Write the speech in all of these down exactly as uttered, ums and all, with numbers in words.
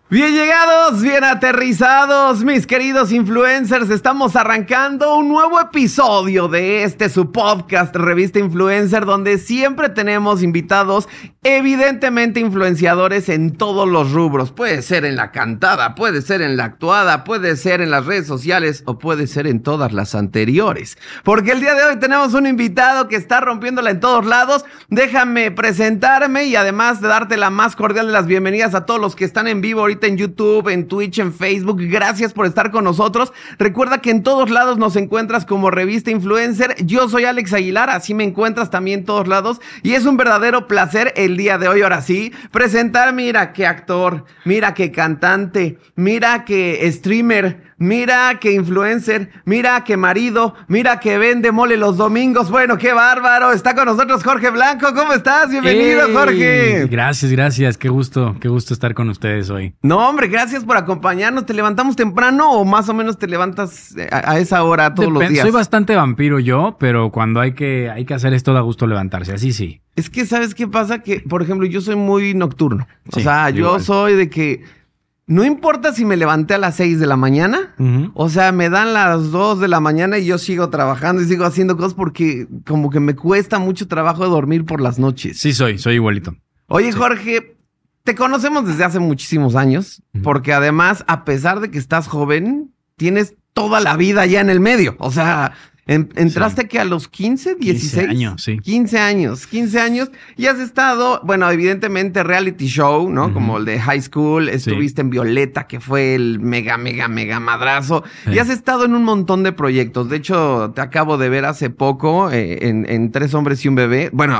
Bien llegados, bien aterrizados, mis queridos influencers. Estamos arrancando un nuevo episodio de este su podcast Revista Influencer, donde siempre tenemos invitados, evidentemente influenciadores en todos los rubros. Puede ser en la cantada, puede ser en la actuada, puede ser en las redes sociales o puede ser en todas las anteriores. Porque el día de hoy tenemos un invitado que está rompiéndola en todos lados. Déjame presentarme y además de darte la más cordial de las bienvenidas a todos los que están en vivo ahorita en YouTube, en Twitch, en Facebook. Gracias por estar con nosotros. Recuerda que en todos lados nos encuentras como Revista Influencer. Yo soy Alex Aguilar, así me encuentras también en todos lados. Y es un verdadero placer el día de hoy, ahora sí, presentar, mira qué actor, mira qué cantante, mira qué streamer, mira qué influencer, mira qué marido, mira que vende mole los domingos. Bueno, qué bárbaro. Está con nosotros Jorge Blanco. ¿Cómo estás? Bienvenido, hey, Jorge. Gracias, gracias. Qué gusto, qué gusto estar con ustedes hoy. No, hombre, gracias por acompañarnos. ¿Te levantamos temprano o más o menos te levantas a, a esa hora todos Depende, los días? Soy bastante vampiro yo, pero cuando hay que, hay que hacer esto da gusto levantarse. Así sí. Es que, ¿sabes qué pasa? Que, por ejemplo, yo soy muy nocturno. Sí, o sea, yo igual. soy de que... No importa si me levanté a las seis de la mañana, uh-huh. o sea, me dan las dos de la mañana y yo sigo trabajando y sigo haciendo cosas porque como que me cuesta mucho trabajo dormir por las noches. Sí soy, soy igualito. Oye, sí. Jorge, te conocemos desde hace muchísimos años, uh-huh. porque además, a pesar de que estás joven, tienes toda la vida ya en el medio. O sea... Entraste sí. que a los quince, dieciséis quince años, sí. quince años, quince años y has estado, bueno, evidentemente reality show, ¿no? Uh-huh. Como el de High School, estuviste sí. en Violeta, que fue el mega, mega, mega madrazo. Sí. Y has estado en un montón de proyectos. De hecho, te acabo de ver hace poco eh, en, en Tres Hombres y un Bebé. Bueno,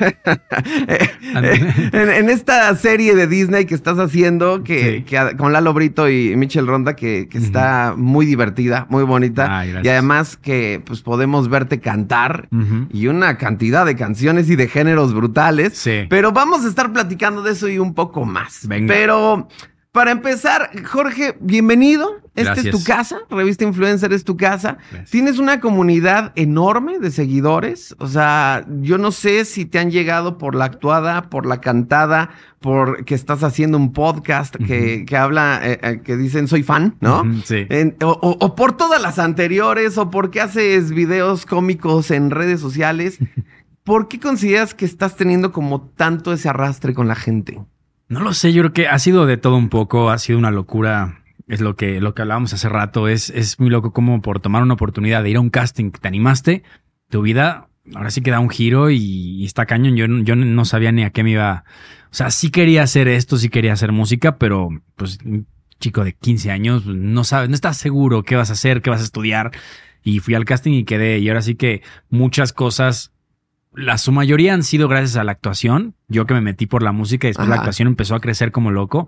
en, en esta serie de Disney que estás haciendo, que, sí. que con Lalo Brito y Michelle Ronda, que, que uh-huh. está muy divertida, muy bonita. Ay, y además que, pues, podemos verte cantar uh-huh. y una cantidad de canciones y de géneros brutales. Sí. Pero vamos a estar platicando de eso y un poco más. Venga. Pero para empezar, Jorge, bienvenido. Esta es tu casa. Revista Influencer es tu casa. Gracias. Tienes una comunidad enorme de seguidores. O sea, yo no sé si te han llegado por la actuada, por la cantada, por que estás haciendo un podcast uh-huh. que, que habla, eh, eh, que dicen soy fan, ¿no? Uh-huh, sí. En, o, o, o por todas las anteriores, o porque haces videos cómicos en redes sociales. ¿Por qué consideras que estás teniendo como tanto ese arrastre con la gente? No lo sé, yo creo que ha sido de todo un poco, ha sido una locura. Es lo que, lo que hablábamos hace rato. Es, es muy loco como por tomar una oportunidad de ir a un casting que te animaste, tu vida ahora sí que da un giro y, y está cañón. Yo, yo no sabía ni a qué me iba. O sea, sí quería hacer esto, sí quería hacer música, pero pues un chico de quince años no sabe, no estás seguro qué vas a hacer, qué vas a estudiar. Y fui al casting y quedé. Y ahora sí que muchas cosas, la su mayoría han sido gracias a la actuación. Yo que me metí por la música y después Ajá. la actuación empezó a crecer como loco.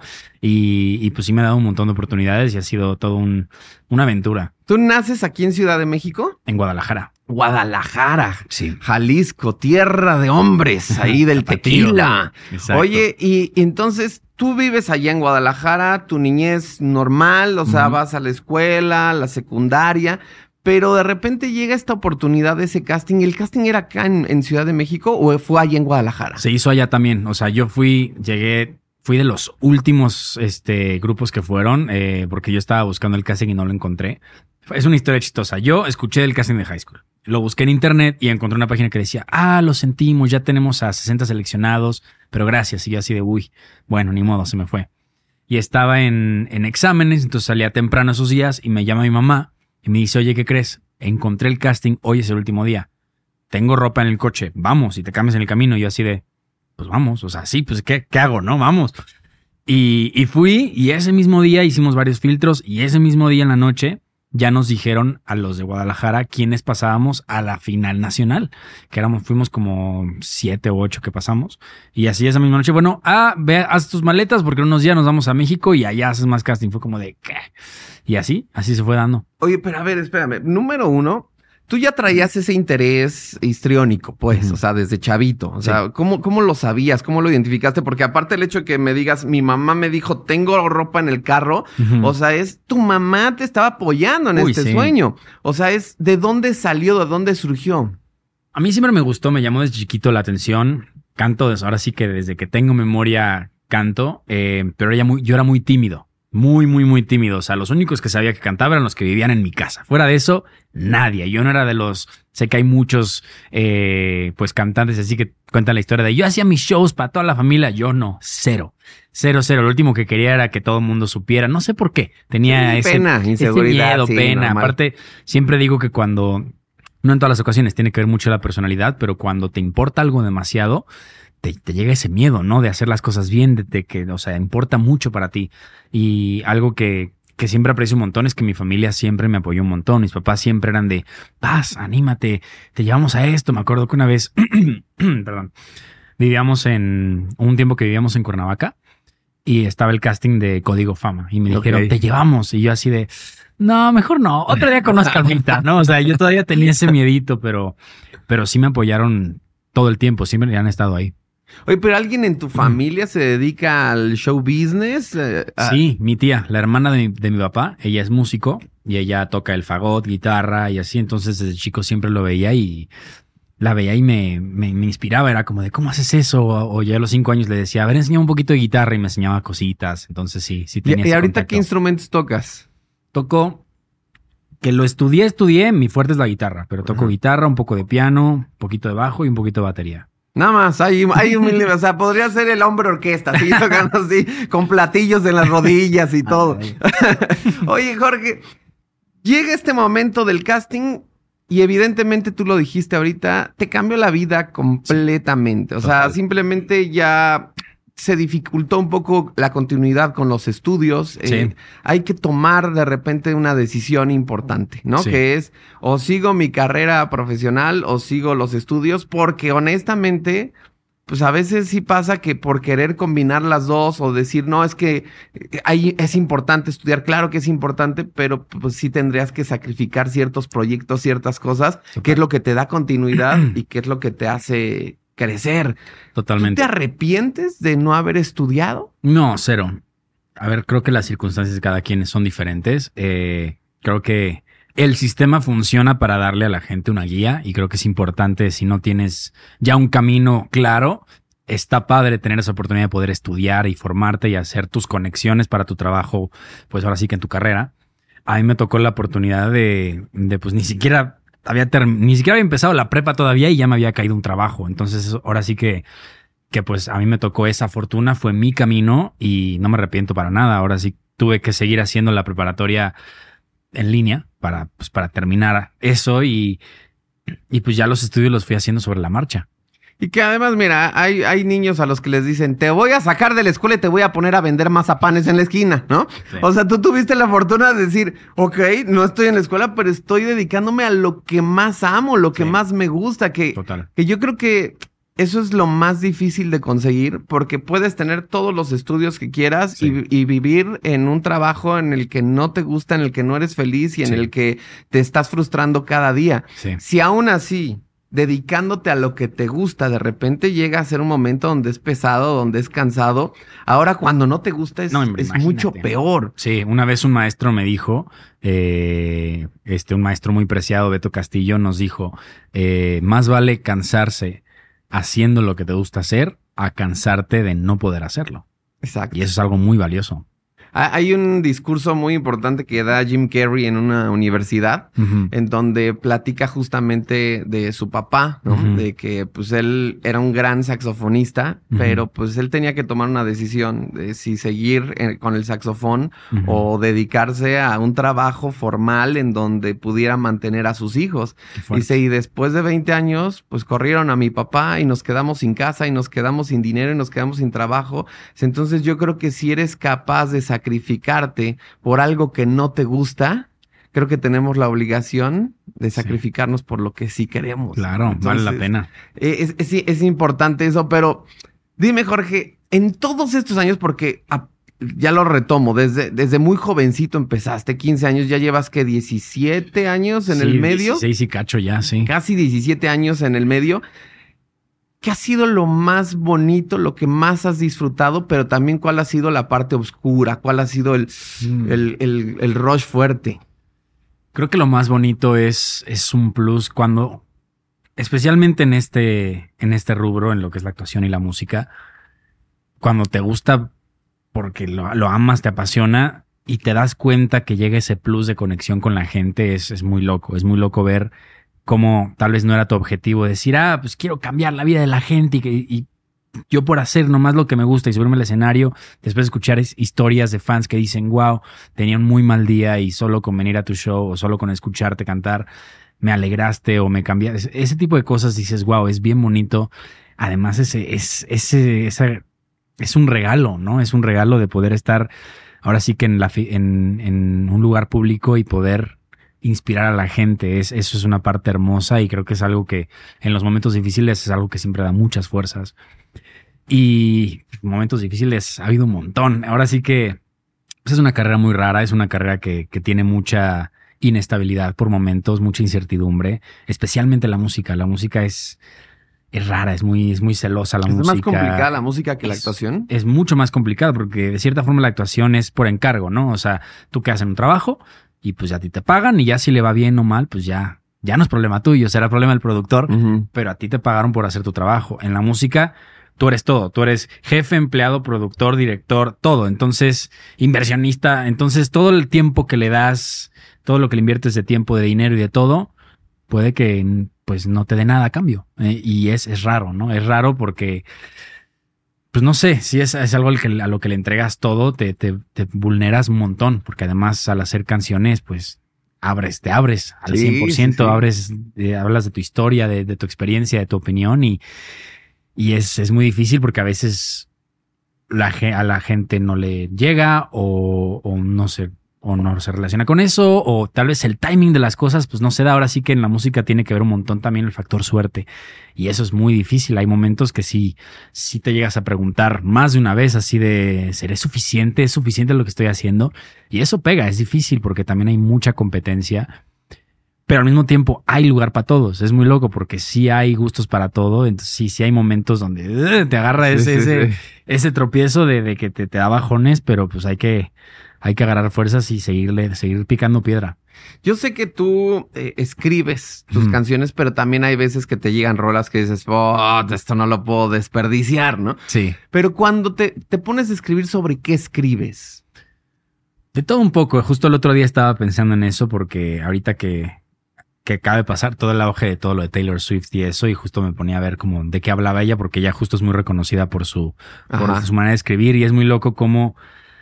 Y, y pues sí me ha dado un montón de oportunidades y ha sido todo un, una aventura. ¿Tú naces aquí en Ciudad de México? En Guadalajara. Guadalajara. Sí. Jalisco, tierra de hombres, ahí del tequila. Exacto. Oye, y, y entonces tú vives allá en Guadalajara, tu niñez normal, o sea, uh-huh. vas a la escuela, la secundaria... Pero de repente llega esta oportunidad de ese casting. ¿El casting era acá en, en Ciudad de México o fue allá en Guadalajara? Se hizo allá también. O sea, yo fui, llegué, fui de los últimos este, grupos que fueron, eh, porque yo estaba buscando el casting y no lo encontré. Es una historia chistosa. Yo escuché el casting de High School. Lo busqué en internet y encontré una página que decía, ah, lo sentimos, ya tenemos a sesenta seleccionados, pero gracias. Y yo así de, uy, bueno, ni modo, se me fue. Y estaba en, en exámenes, entonces salía temprano esos días y me llama mi mamá. Y me dice, oye, ¿qué crees? Encontré el casting, hoy es el último día. Tengo ropa en el coche, vamos, y te cambias en el camino. Y yo así de, pues vamos, o sea, sí, pues ¿qué, qué hago? No, vamos. Y, y fui, y ese mismo día hicimos varios filtros, y ese mismo día en la noche ya nos dijeron a los de Guadalajara quiénes pasábamos a la final nacional, que éramos, fuimos como siete u ocho que pasamos. Y así esa misma noche, bueno, ah, ve, haz tus maletas porque unos días nos vamos a México y allá haces más casting. Fue como de, ¿qué? Y así, así se fue dando. Oye, pero a ver, espérame. Número uno, tú ya traías ese interés histriónico, pues, uh-huh. o sea, desde chavito. O sea, sí. ¿cómo, ¿cómo lo sabías? ¿Cómo lo identificaste? Porque aparte el hecho de que me digas, mi mamá me dijo, tengo ropa en el carro, uh-huh. o sea, es tu mamá te estaba apoyando en Uy, este sí. sueño. O sea, es ¿de dónde salió? ¿De dónde surgió? A mí siempre me gustó, me llamó desde chiquito la atención. Canto, ahora sí que desde que tengo memoria canto, eh, pero ella muy, yo era muy tímido. Muy, muy, muy tímido. O sea, los únicos que sabía que cantaba eran los que vivían en mi casa. Fuera de eso, nadie. Yo no era de los... Sé que hay muchos eh, pues cantantes así que cuentan la historia de yo hacía mis shows para toda la familia. Yo no, cero. Cero, cero. Lo último que quería era que todo el mundo supiera. No sé por qué. Tenía Sí, ese, pena, inseguridad, ese miedo, sí, pena. normal. Aparte, siempre digo que cuando... No en todas las ocasiones tiene que ver mucho la personalidad, pero cuando te importa algo demasiado... Te, te llega ese miedo, ¿no? De hacer las cosas bien, de, de que, o sea, importa mucho para ti. Y algo que, que siempre aprecio un montón es que mi familia siempre me apoyó un montón. Mis papás siempre eran de, vas, anímate, te llevamos a esto. Me acuerdo que una vez, perdón, vivíamos en, un tiempo que vivíamos en Cuernavaca y estaba el casting de Código Fama. Y me dijeron, Ok. te llevamos. Y yo así de, no, mejor no. Otro día con más calmita, ¿no? O sea, yo todavía tenía ese miedito, pero, pero sí me apoyaron todo el tiempo. Siempre han estado ahí. Oye, pero ¿alguien en tu familia se dedica al show business? Eh, a- Sí, mi tía, la hermana de mi, de mi papá, ella es músico y ella toca el fagot, guitarra y así. Entonces desde chico siempre lo veía y la veía y me, me, me inspiraba. Era como de, ¿cómo haces eso? O, o ya a los cinco años le decía, a ver, enséñame un poquito de guitarra y me enseñaba cositas. Entonces sí, sí tenía ¿Y, y ese ahorita qué contacto. instrumentos tocas? Toco, que lo estudié, estudié, mi fuerte es la guitarra, pero toco Ajá. guitarra, un poco de piano, un poquito de bajo y un poquito de batería. Nada más, hay, hay un mil- o sea, podría ser el hombre orquesta, así tocando así, con platillos en las rodillas y todo. Oye, Jorge, llega este momento del casting y evidentemente tú lo dijiste ahorita, te cambió la vida completamente. O sea, Total. simplemente ya se dificultó un poco la continuidad con los estudios. Sí. Eh, hay que tomar de repente una decisión importante, ¿no? Sí. Que es o sigo mi carrera profesional o sigo los estudios, porque honestamente, pues a veces sí pasa que por querer combinar las dos o decir, no, es que eh, ahí es importante estudiar, claro que es importante, pero pues sí tendrías que sacrificar ciertos proyectos, ciertas cosas, que es lo que te da continuidad y que es lo que te hace crecer. ¿Tú Totalmente. te arrepientes de no haber estudiado? No, cero. A ver, creo que las circunstancias de cada quien son diferentes. Eh, creo que el sistema funciona para darle a la gente una guía y creo que es importante si no tienes ya un camino claro. Está padre tener esa oportunidad de poder estudiar y formarte y hacer tus conexiones para tu trabajo, pues ahora sí que en tu carrera. A mí me tocó la oportunidad de, de pues ni siquiera había term- ni siquiera había empezado la prepa todavía y ya me había caído un trabajo. Entonces ahora sí que que pues a mí me tocó esa fortuna, fue mi camino y no me arrepiento para nada. Ahora sí tuve que seguir haciendo la preparatoria en línea para, pues, para terminar eso y, y pues ya los estudios los fui haciendo sobre la marcha. Y que además, mira, hay, hay niños a los que les dicen, te voy a sacar de la escuela y te voy a poner a vender mazapanes en la esquina, ¿no? Sí. O sea, tú tuviste la fortuna de decir, ok, no estoy en la escuela, pero estoy dedicándome a lo que más amo, lo que Sí. más me gusta, que, Total. que yo creo que eso es lo más difícil de conseguir, porque puedes tener todos los estudios que quieras Sí. y, y vivir en un trabajo en el que no te gusta, en el que no eres feliz y en Sí. el que te estás frustrando cada día. Sí. Si aún así, dedicándote a lo que te gusta, de repente llega a ser un momento donde es pesado, donde es cansado, ahora cuando no te gusta es, No, hombre, es mucho imagínate. peor. Sí, una vez un maestro me dijo, eh, este, un maestro muy preciado, Beto Castillo, nos dijo, eh, más vale cansarse haciendo lo que te gusta hacer a cansarte de no poder hacerlo. Exacto. Y eso es algo muy valioso. Ha- Hay un discurso muy importante que da Jim Carrey en una universidad, Ujú. en donde platica justamente de su papá, ¿no? Ujú. De que pues él era un gran saxofonista, Ujú. pero pues él tenía que tomar una decisión de si seguir eh, con el saxofón Ujú. o dedicarse a un trabajo formal en donde pudiera mantener a sus hijos. Qué fuerte. Dice, y después de veinte años, pues corrieron a mi papá y nos quedamos sin casa y nos quedamos sin dinero y nos quedamos sin trabajo. Entonces yo creo que si eres capaz de sacrificarte por algo que no te gusta, creo que tenemos la obligación de Sí. sacrificarnos por lo que sí queremos. Claro, vale la Entonces, pena. eh, Es, es, es importante eso, pero dime, Jorge, en todos estos años, porque a- ya lo retomo, desde, desde muy jovencito empezaste, quince años, ya llevas que diecisiete años en Sí, el medio, dieciséis y cacho ya, sí. casi diecisiete años en el medio. ¿Qué ha sido lo más bonito, lo que más has disfrutado, pero también cuál ha sido la parte oscura, cuál ha sido el, Mm. el, el, el rush fuerte? Creo que lo más bonito es, es un plus cuando, especialmente en este, en este rubro, en lo que es la actuación y la música, cuando te gusta porque lo, lo amas, te apasiona, y te das cuenta que llega ese plus de conexión con la gente, es, es muy loco. Es muy loco ver cómo tal vez no era tu objetivo decir, ah, pues quiero cambiar la vida de la gente y, que, y yo por hacer nomás lo que me gusta y subirme al escenario, después de escuchar historias de fans que dicen, wow, tenía un muy mal día y solo con venir a tu show o solo con escucharte cantar me alegraste o me cambiaste. Ese tipo de cosas dices, wow, es bien bonito. Además, ese, es, ese, ese, es un regalo, ¿no? Es un regalo de poder estar ahora sí que en, la, en, en un lugar público y poder inspirar a la gente. Es, eso es una parte hermosa y creo que es algo que en los momentos difíciles es algo que siempre da muchas fuerzas. Y momentos difíciles ha habido un montón. Ahora sí que pues es una carrera muy rara, es una carrera que, que tiene mucha inestabilidad por momentos, mucha incertidumbre, especialmente la música. La música es, es rara, es muy, es muy celosa la ¿Es música. más complicada la música que la Es- actuación? Es mucho más complicada porque de cierta forma la actuación es por encargo, ¿no? O sea, tú quedas en un trabajo y pues ya a ti te pagan y ya si le va bien o mal, pues ya, ya no es problema tuyo, será problema del productor, Ujú. pero a ti te pagaron por hacer tu trabajo. En la música, tú eres todo. Tú eres jefe, empleado, productor, director, todo. Entonces, inversionista. Entonces, todo el tiempo que le das, todo lo que le inviertes de tiempo, de dinero y de todo, puede que pues no te dé nada a cambio. Eh, y es, es raro, ¿no? Es raro porque, pues no sé, si es, es algo al que, a lo que le entregas todo, te, te, te vulneras un montón. Porque además, al hacer canciones, pues abres, te abres al Sí, cien por ciento, sí, sí. abres, eh, hablas de tu historia, de, de tu experiencia, de tu opinión y y es, es muy difícil porque a veces la, ge- a la gente no le llega o, o no se, o no se relaciona con eso, o tal vez el timing de las cosas pues no se da. Ahora sí que en la música tiene que ver un montón también el factor suerte. Y eso es muy difícil. Hay momentos que sí, sí te llegas a preguntar más de una vez así de, ¿seré suficiente? ¿Es suficiente lo que estoy haciendo? Y eso pega, es difícil porque también hay mucha competencia. Pero al mismo tiempo hay lugar para todos. Es muy loco porque sí hay gustos para todo. Entonces sí, sí hay momentos donde uh, te agarra Sí, ese, sí, ese, sí. ese tropiezo de, de que te, te da bajones, pero pues hay que, hay que agarrar fuerzas y seguirle, seguir picando piedra. Yo sé que tú eh, escribes tus Ujú. canciones, pero también hay veces que te llegan rolas que dices, oh, esto no lo puedo desperdiciar, ¿no? Sí. Pero cuando te, te pones a escribir, ¿sobre qué escribes? De todo un poco. Justo el otro día estaba pensando en eso porque ahorita que, que acaba de pasar todo el auge de todo lo de Taylor Swift y eso, y justo me ponía a ver como de qué hablaba ella, porque ella justo es muy reconocida por su, por Ajá. su manera de escribir, y es muy loco cómo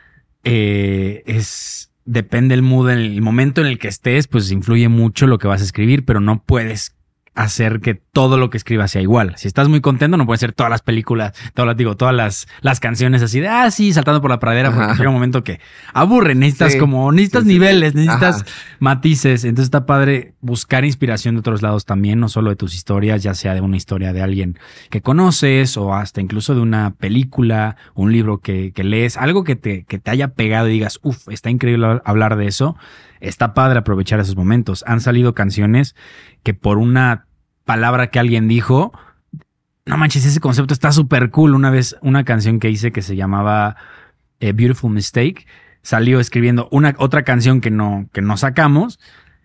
eh, es, depende el mood, el momento en el que estés, pues influye mucho lo que vas a escribir, pero no puedes hacer que todo lo que escribas sea igual. Si estás muy contento, no pueden ser todas las películas, todas las, digo, todas las, las canciones así de, ah, sí, saltando por la pradera, porque Ajá. llega un momento que aburre, necesitas Sí. como, necesitas Sí, sí, niveles, sí. necesitas Ajá. matices. Entonces está padre buscar inspiración de otros lados también, no solo de tus historias, ya sea de una historia de alguien que conoces o hasta incluso de una película, un libro que, que lees, algo que te, que te haya pegado y digas, uff, está increíble hablar de eso. Está padre aprovechar esos momentos. Han salido canciones que por una palabra que alguien dijo, no manches, ese concepto está súper cool. Una vez, una canción que hice que se llamaba eh, Beautiful Mistake, salió escribiendo una otra canción que no, que no sacamos,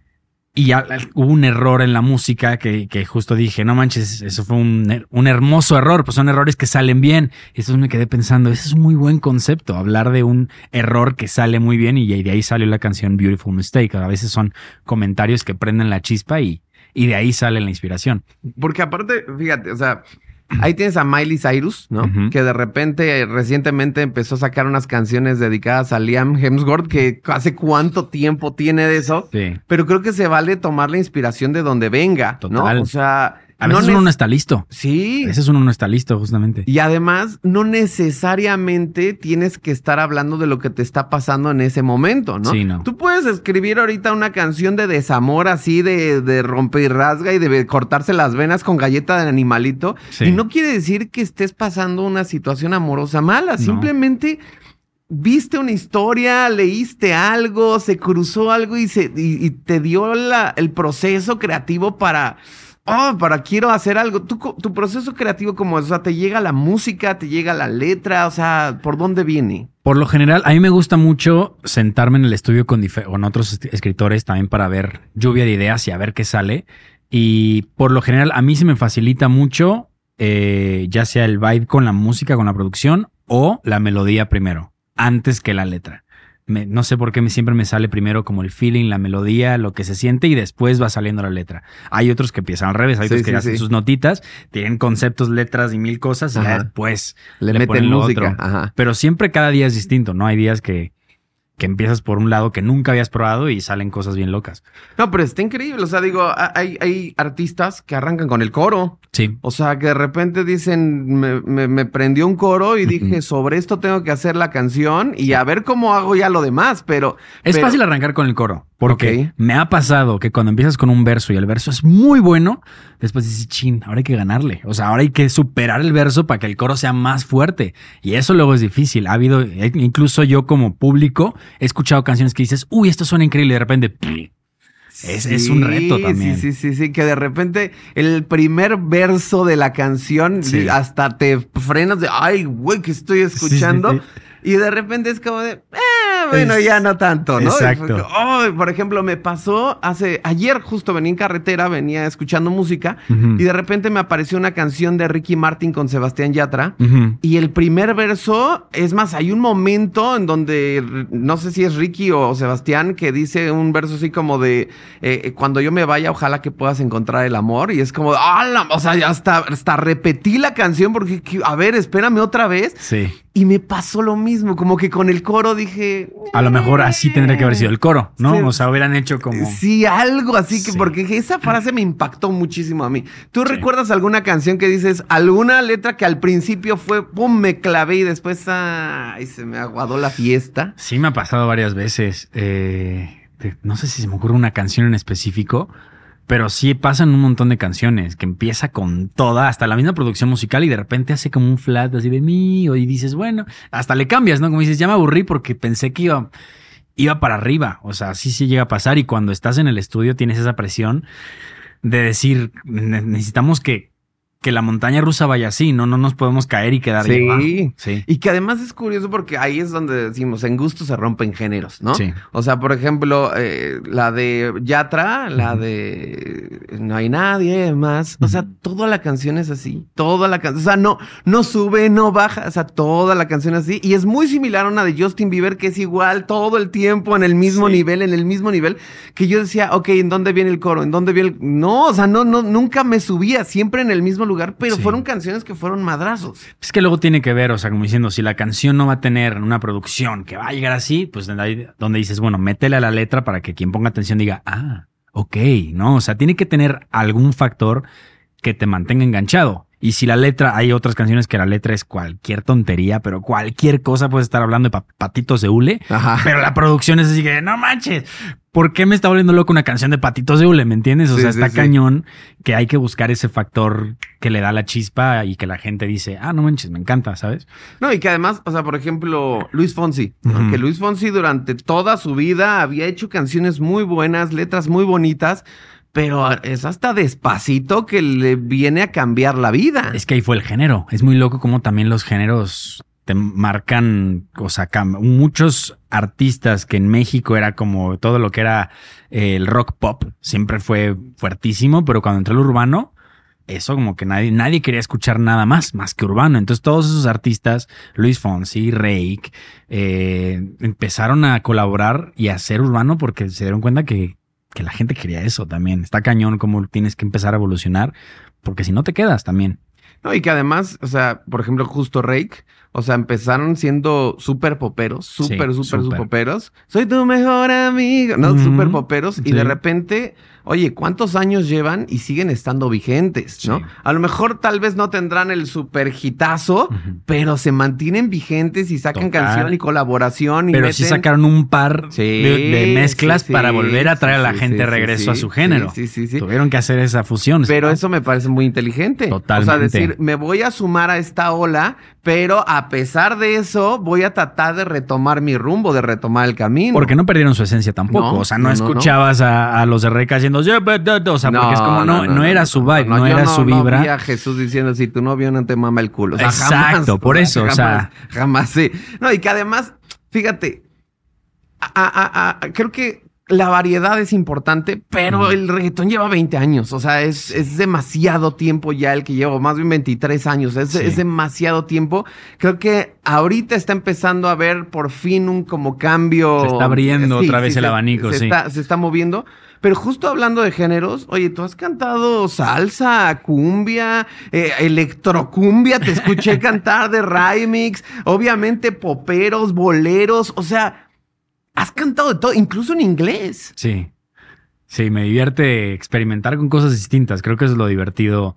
y ya hubo un error en la música que, que justo dije, no manches, eso fue un, un hermoso error, pues son errores que salen bien. Y entonces me quedé pensando, ese es un muy buen concepto, hablar de un error que sale muy bien, y de ahí salió la canción Beautiful Mistake. A veces son comentarios que prenden la chispa y, y de ahí sale la inspiración. Porque aparte, fíjate, o sea, ahí tienes a Miley Cyrus, ¿no? Ujú. Que de repente, recientemente empezó a sacar unas canciones dedicadas a Liam Hemsworth, que hace cuánto tiempo tiene de eso. Sí. Pero creo que se vale tomar la inspiración de donde venga, Total. ¿no? O sea, A veces no uno neces- no está listo. Sí. A veces uno no está listo, justamente. Y además, no necesariamente tienes que estar hablando de lo que te está pasando en ese momento, ¿no? Sí, no. Tú puedes escribir ahorita una canción de desamor así, de, de rompe y rasga y de cortarse las venas con galleta de animalito. Sí. Y no quiere decir que estés pasando una situación amorosa mala. No. Simplemente viste una historia, leíste algo, se cruzó algo y, se, y, y te dio la, el proceso creativo para... Oh, para quiero hacer algo. Tu, tu proceso creativo como es, o sea, te llega la música, te llega la letra, o sea, ¿por dónde viene? Por lo general, a mí me gusta mucho sentarme en el estudio con, dife- con otros est- escritores también para ver lluvia de ideas y a ver qué sale. Y por lo general, a mí se me facilita mucho, eh, ya sea el vibe con la música, con la producción, o la melodía primero, antes que la letra. me, no sé por qué me, siempre me sale primero como el feeling, la melodía, lo que se siente y después va saliendo la letra. Hay otros que empiezan al revés, hay Sí, otros que sí, hacen sí. sus notitas, tienen conceptos, letras y mil cosas y Ajá. ya después Le, le meten ponen lo música. otro. Ajá. Pero siempre cada día es distinto, ¿no? Hay días que, que empiezas por un lado que nunca habías probado y salen cosas bien locas. No, pero está increíble. O sea, digo, a- hay, hay artistas que arrancan con el coro. Sí. O sea, que de repente dicen, me, me, me prendió un coro y Ujú. dije, sobre esto tengo que hacer la canción y a ver cómo hago ya lo demás, pero... Es pero- fácil arrancar con el coro, porque Ok. me ha pasado que cuando empiezas con un verso y el verso es muy bueno, después dices, chin, ahora hay que ganarle. O sea, ahora hay que superar el verso para que el coro sea más fuerte. Y eso luego es difícil. Ha habido, eh, incluso yo como público, he escuchado canciones que dices, uy, esto suena increíble y de repente... ¡pum! Es, es un reto también. Sí, sí, sí, sí, que de repente el primer verso de la canción Sí. hasta te frenas de, ay, güey, que estoy escuchando. Sí, sí, Y de repente es como de, eh, bueno, Es- ya no tanto, ¿no? Exacto. Y fue como, "Ay", por ejemplo, me pasó hace, ayer justo venía en carretera, venía escuchando música Ujú. y de repente me apareció una canción de Ricky Martin con Sebastián Yatra. Ujú. Y el primer verso, es más, hay un momento en donde, no sé si es Ricky o Sebastián, que dice un verso así como de, eh, cuando yo me vaya, ojalá que puedas encontrar el amor. Y es como, ¡ah! la- O sea, ya hasta, hasta repetí la canción porque, que- a ver, espérame otra vez. Sí. Y me pasó lo mismo, como que con el coro dije... A lo mejor así tendría que haber sido el coro, ¿no? Sí. O sea, hubieran hecho como... Sí, algo así que, Sí. porque esa frase me impactó muchísimo a mí. ¿Tú Sí. recuerdas alguna canción que dices, alguna letra que al principio fue, pum, me clavé y después, ay, se me aguadó la fiesta? Sí, me ha pasado varias veces. Eh, te- no sé si se me ocurre una canción en específico, pero sí pasan un montón de canciones que empieza con toda, hasta la misma producción musical y de repente hace como un flat así de mío y dices, bueno, hasta le cambias, ¿no? Como dices, ya me aburrí porque pensé que iba, iba para arriba. O sea, sí, sí llega a pasar y cuando estás en el estudio tienes esa presión de decir, "Ne- necesitamos que, que la montaña rusa vaya así, no, no nos podemos caer y quedar ahí abajo". Sí. Sí. Y que además es curioso porque ahí es donde decimos, en gusto se rompen géneros, ¿no? Sí. O sea, por ejemplo, eh, la de Yatra, la Ujú. de No hay nadie más. O sea, Ujú. toda la canción es así. Toda la canción. O sea, no, no sube, no baja. O sea, toda la canción es así. Y es muy similar a una de Justin Bieber, que es igual todo el tiempo en el mismo Sí. nivel, en el mismo nivel. Que yo decía, ok, ¿en dónde viene el coro? ¿En dónde viene el.? No, o sea, no, no, nunca me subía, siempre en el mismo lugar, pero Sí. fueron canciones que fueron madrazos. Es que luego tiene que ver, o sea, como diciendo, si la canción no va a tener una producción que va a llegar así, pues de ahí donde dices, bueno, métele a la letra para que quien ponga atención diga, ah, ok, ¿no? O sea, tiene que tener algún factor que te mantenga enganchado. Y si la letra, hay otras canciones que la letra es cualquier tontería, pero cualquier cosa puedes estar hablando de pa- patitos de hule, Ajá. pero la producción es así que, no manches, ¿por qué me está volviendo loco una canción de patitos de hule? ¿Me entiendes? O Sí, sea, sí, está sí. cañón que hay que buscar ese factor que le da la chispa y que la gente dice, ah, no manches, me encanta, ¿sabes? No, y que además, o sea, por ejemplo, Luis Fonsi, ¿no? Ujú. Que Luis Fonsi durante toda su vida había hecho canciones muy buenas, letras muy bonitas, pero es hasta Despacito que le viene a cambiar la vida. Es que ahí fue el género. Es muy loco como también los géneros te marcan, o sea, cam- muchos artistas que en México era como todo lo que era eh, el rock pop, siempre fue fuertísimo, pero cuando entró el urbano, eso como que nadie, nadie quería escuchar nada más, más que urbano. Entonces todos esos artistas, Luis Fonsi, Reik, eh, empezaron a colaborar y a hacer urbano porque se dieron cuenta que, que la gente quería eso también. Está cañón como tienes que empezar a evolucionar, porque si no te quedas también. No, y que además, o sea, por ejemplo, justo Rake, o sea, empezaron siendo súper poperos, súper, Sí, súper, súper. poperos. Soy tu mejor amigo, ¿no? Ujú, Súper poperos. Y sí. de repente, oye, ¿cuántos años llevan y siguen estando vigentes, no? Sí. A lo mejor tal vez no tendrán el super hitazo, Ujú. pero se mantienen vigentes y sacan Total. canción y colaboración y Pero meten... sí sacaron un par Sí, de, de mezclas sí, sí, para volver a traer sí, a la sí, gente sí, de regreso sí, a su sí, género. Sí, sí, sí. Tuvieron que hacer esa fusión. Pero ¿no? eso me parece muy inteligente. Totalmente. O sea, decir, me voy a sumar a esta ola, pero a pesar de eso, voy a tratar de retomar mi rumbo, de retomar el camino. Porque no perdieron su esencia tampoco. No, o sea, no, no, no, no. escuchabas A, a los de Reca haciendo... "Yeah, but, but", o sea, porque es como no, no, era su vibe, no, yo era su vibra. No vi a Jesús diciendo, si tu novio no te mama el culo. O sea, Exacto, jamás, por eso, o sea. Jamás, sí. No, y que además, fíjate, a- a- a- a- creo que la variedad es importante, pero Ujú. el reggaetón lleva veinte años. O sea, es, es demasiado tiempo ya el que llevo, más bien veintitrés años. Es, Sí. es demasiado tiempo. Creo que ahorita está empezando a ver por fin un como cambio. Se está abriendo otra vez el se- abanico, se sí. Está, se está moviendo. Pero justo hablando de géneros, oye, tú has cantado salsa, cumbia, eh, electrocumbia, te escuché cantar de remix, obviamente poperos, boleros, o sea, has cantado de todo, incluso en inglés. Sí. Sí, me divierte experimentar con cosas distintas. Creo que eso es lo divertido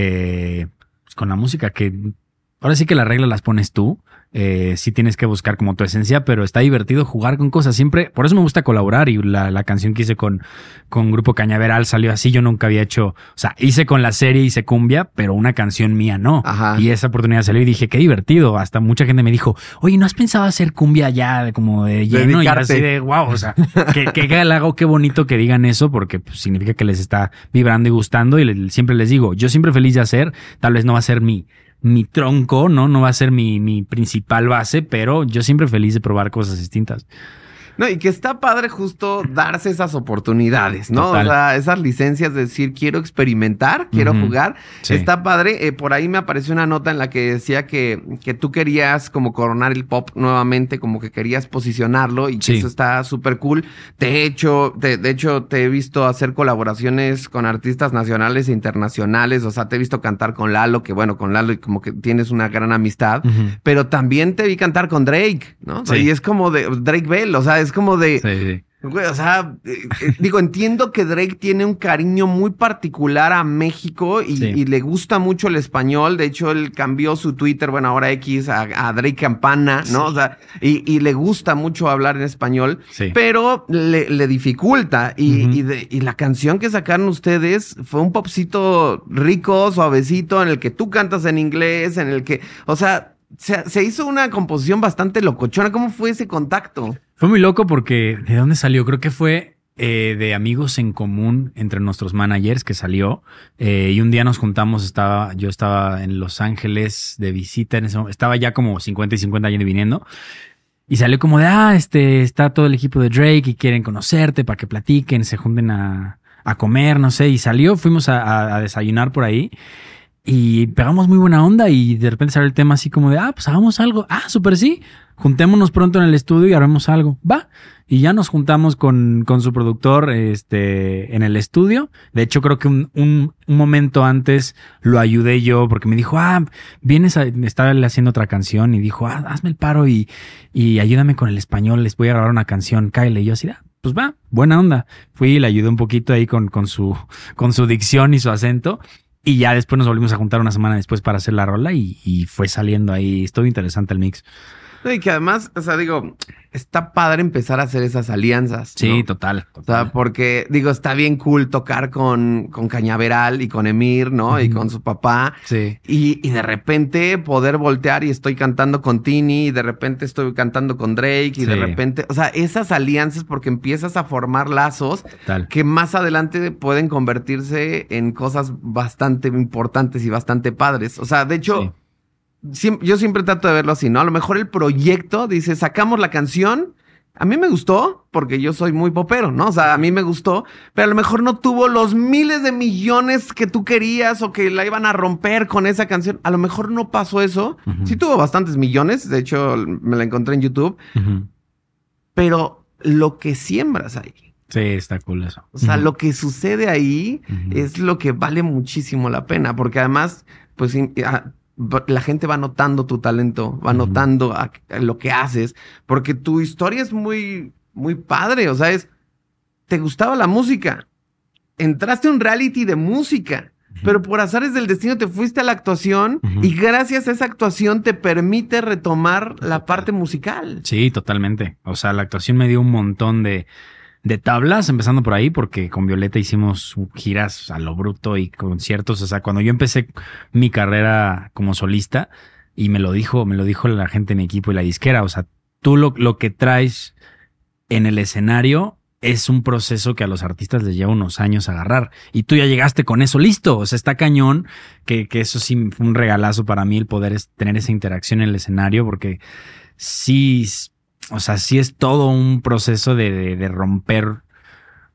eh, pues, con la música, que ahora sí que las reglas las pones tú. Eh, sí tienes que buscar como tu esencia, pero está divertido jugar con cosas. Siempre, por eso me gusta colaborar. Y la, la canción que hice con, con Grupo Cañaveral salió así. Yo nunca había hecho, o sea, hice con la serie, hice cumbia, pero una canción mía no. Ajá. Y esa oportunidad salió y dije, qué divertido. Hasta mucha gente me dijo, oye, ¿no has pensado hacer cumbia ya de como de lleno? Y yo Dedicarte. así de, wow, o sea, qué, qué galago, qué bonito que digan eso, porque pues, significa que les está vibrando y gustando. Y le- siempre les digo, yo siempre feliz de hacer, tal vez no va a ser mi, mi tronco, ¿no? No va a ser mi, mi principal base, pero yo siempre feliz de probar cosas distintas. No, y que está padre justo darse esas oportunidades, ¿no? Total. O sea, esas licencias de decir, quiero experimentar, quiero Ujú. jugar. Sí. Está padre. Eh, por ahí me apareció una nota en la que decía que, que tú querías como coronar el pop nuevamente, como que querías posicionarlo y que Sí. eso está súper cool. De hecho, de, de hecho, te he visto hacer colaboraciones con artistas nacionales e internacionales. O sea, te he visto cantar con Lalo, que bueno, con Lalo y como que tienes una gran amistad. Ujú. Pero también te vi cantar con Drake, ¿no? O sea, Sí. y es como de Drake Bell, o sea, es como de, Sí, sí. güey, o sea, eh, eh, digo, entiendo que Drake tiene un cariño muy particular a México y, Sí. y le gusta mucho el español. De hecho, él cambió su Twitter, bueno, ahora X, a, a Drake Campana, ¿no? O sea, y, y le gusta mucho hablar en español, Sí. pero le, le dificulta. Y, Ujú. y, de- y la canción que sacaron ustedes fue un popcito rico, suavecito, en el que tú cantas en inglés, en el que, o sea, se, se hizo una composición bastante locochona. ¿Cómo fue ese contacto? Fue muy loco porque ¿de dónde salió? Creo que fue eh, de amigos en común entre nuestros managers que salió. Eh, y un día nos juntamos, estaba, yo estaba en Los Ángeles de visita, en ese momento, estaba ya como cincuenta y cincuenta años viniendo. Y salió como de, ah, este, está todo el equipo de Drake y quieren conocerte para que platiquen, se junten a, a comer, no sé. Y salió, fuimos a, a, a desayunar por ahí. Y pegamos muy buena onda y de repente salió el tema así como de, ah, pues hagamos algo. Ah, súper sí. Juntémonos pronto en el estudio y haremos algo. Va. Y ya nos juntamos con, con su productor este, en el estudio. De hecho, creo que un, un, un momento antes lo ayudé yo porque me dijo, ah, vienes a... Estaba él haciendo otra canción y dijo, ah, hazme el paro y, y ayúdame con el español. Les voy a grabar una canción. Kyle. Y yo así, ah, pues va, buena onda. Fui y le ayudé un poquito ahí con, con, su, con su dicción y su acento. Y ya después nos volvimos a juntar una semana después para hacer la rola y, y fue saliendo ahí. Estuvo interesante el mix. No, y que además, o sea, digo, está padre empezar a hacer esas alianzas. Sí, ¿no? total, O sea, total. porque, digo, está bien cool tocar con, con Cañaveral y con Emir, ¿no? Y Ujú. con su papá. Sí, Y, y de repente poder voltear y estoy cantando con Tini y de repente estoy cantando con Drake y de Sí. repente, o sea, esas alianzas porque empiezas a formar lazos total. que más adelante pueden convertirse en cosas bastante importantes y bastante padres. O sea, de hecho, Sí. siem- yo siempre trato de verlo así, ¿no? A lo mejor el proyecto dice, sacamos la canción. A mí me gustó, porque yo soy muy popero, ¿no? O sea, a mí me gustó, pero a lo mejor no tuvo los miles de millones que tú querías o que la iban a romper con esa canción. A lo mejor no pasó eso. Ujú. Sí tuvo bastantes millones, de hecho me la encontré en YouTube, Ujú. pero lo que siembras ahí, Sí, está cool eso. o sea, Ujú. lo que sucede ahí Ujú. es lo que vale muchísimo la pena, porque además, pues in- ah, va- la gente va notando tu talento, va Ujú. notando a- a lo que haces, porque tu historia es muy, muy padre, o sea, es, te gustaba la música, entraste a un reality de música, Ujú. pero por azares del destino te fuiste a la actuación Ujú. y gracias a esa actuación te permite retomar la Total. parte musical. Sí, totalmente. O sea, la actuación me dio un montón de, de tablas, empezando por ahí, porque con Violeta hicimos giras a lo bruto y conciertos. O sea, cuando yo empecé mi carrera como solista, y me lo dijo, me lo dijo la gente de mi equipo y la disquera. O sea, tú lo, lo que traes en el escenario es un proceso que a los artistas les lleva unos años agarrar. Y tú ya llegaste con eso listo. O sea, está cañón, que, que eso sí fue un regalazo para mí el poder es- tener esa interacción en el escenario, porque sí, o sea, sí es todo un proceso de, de, de romper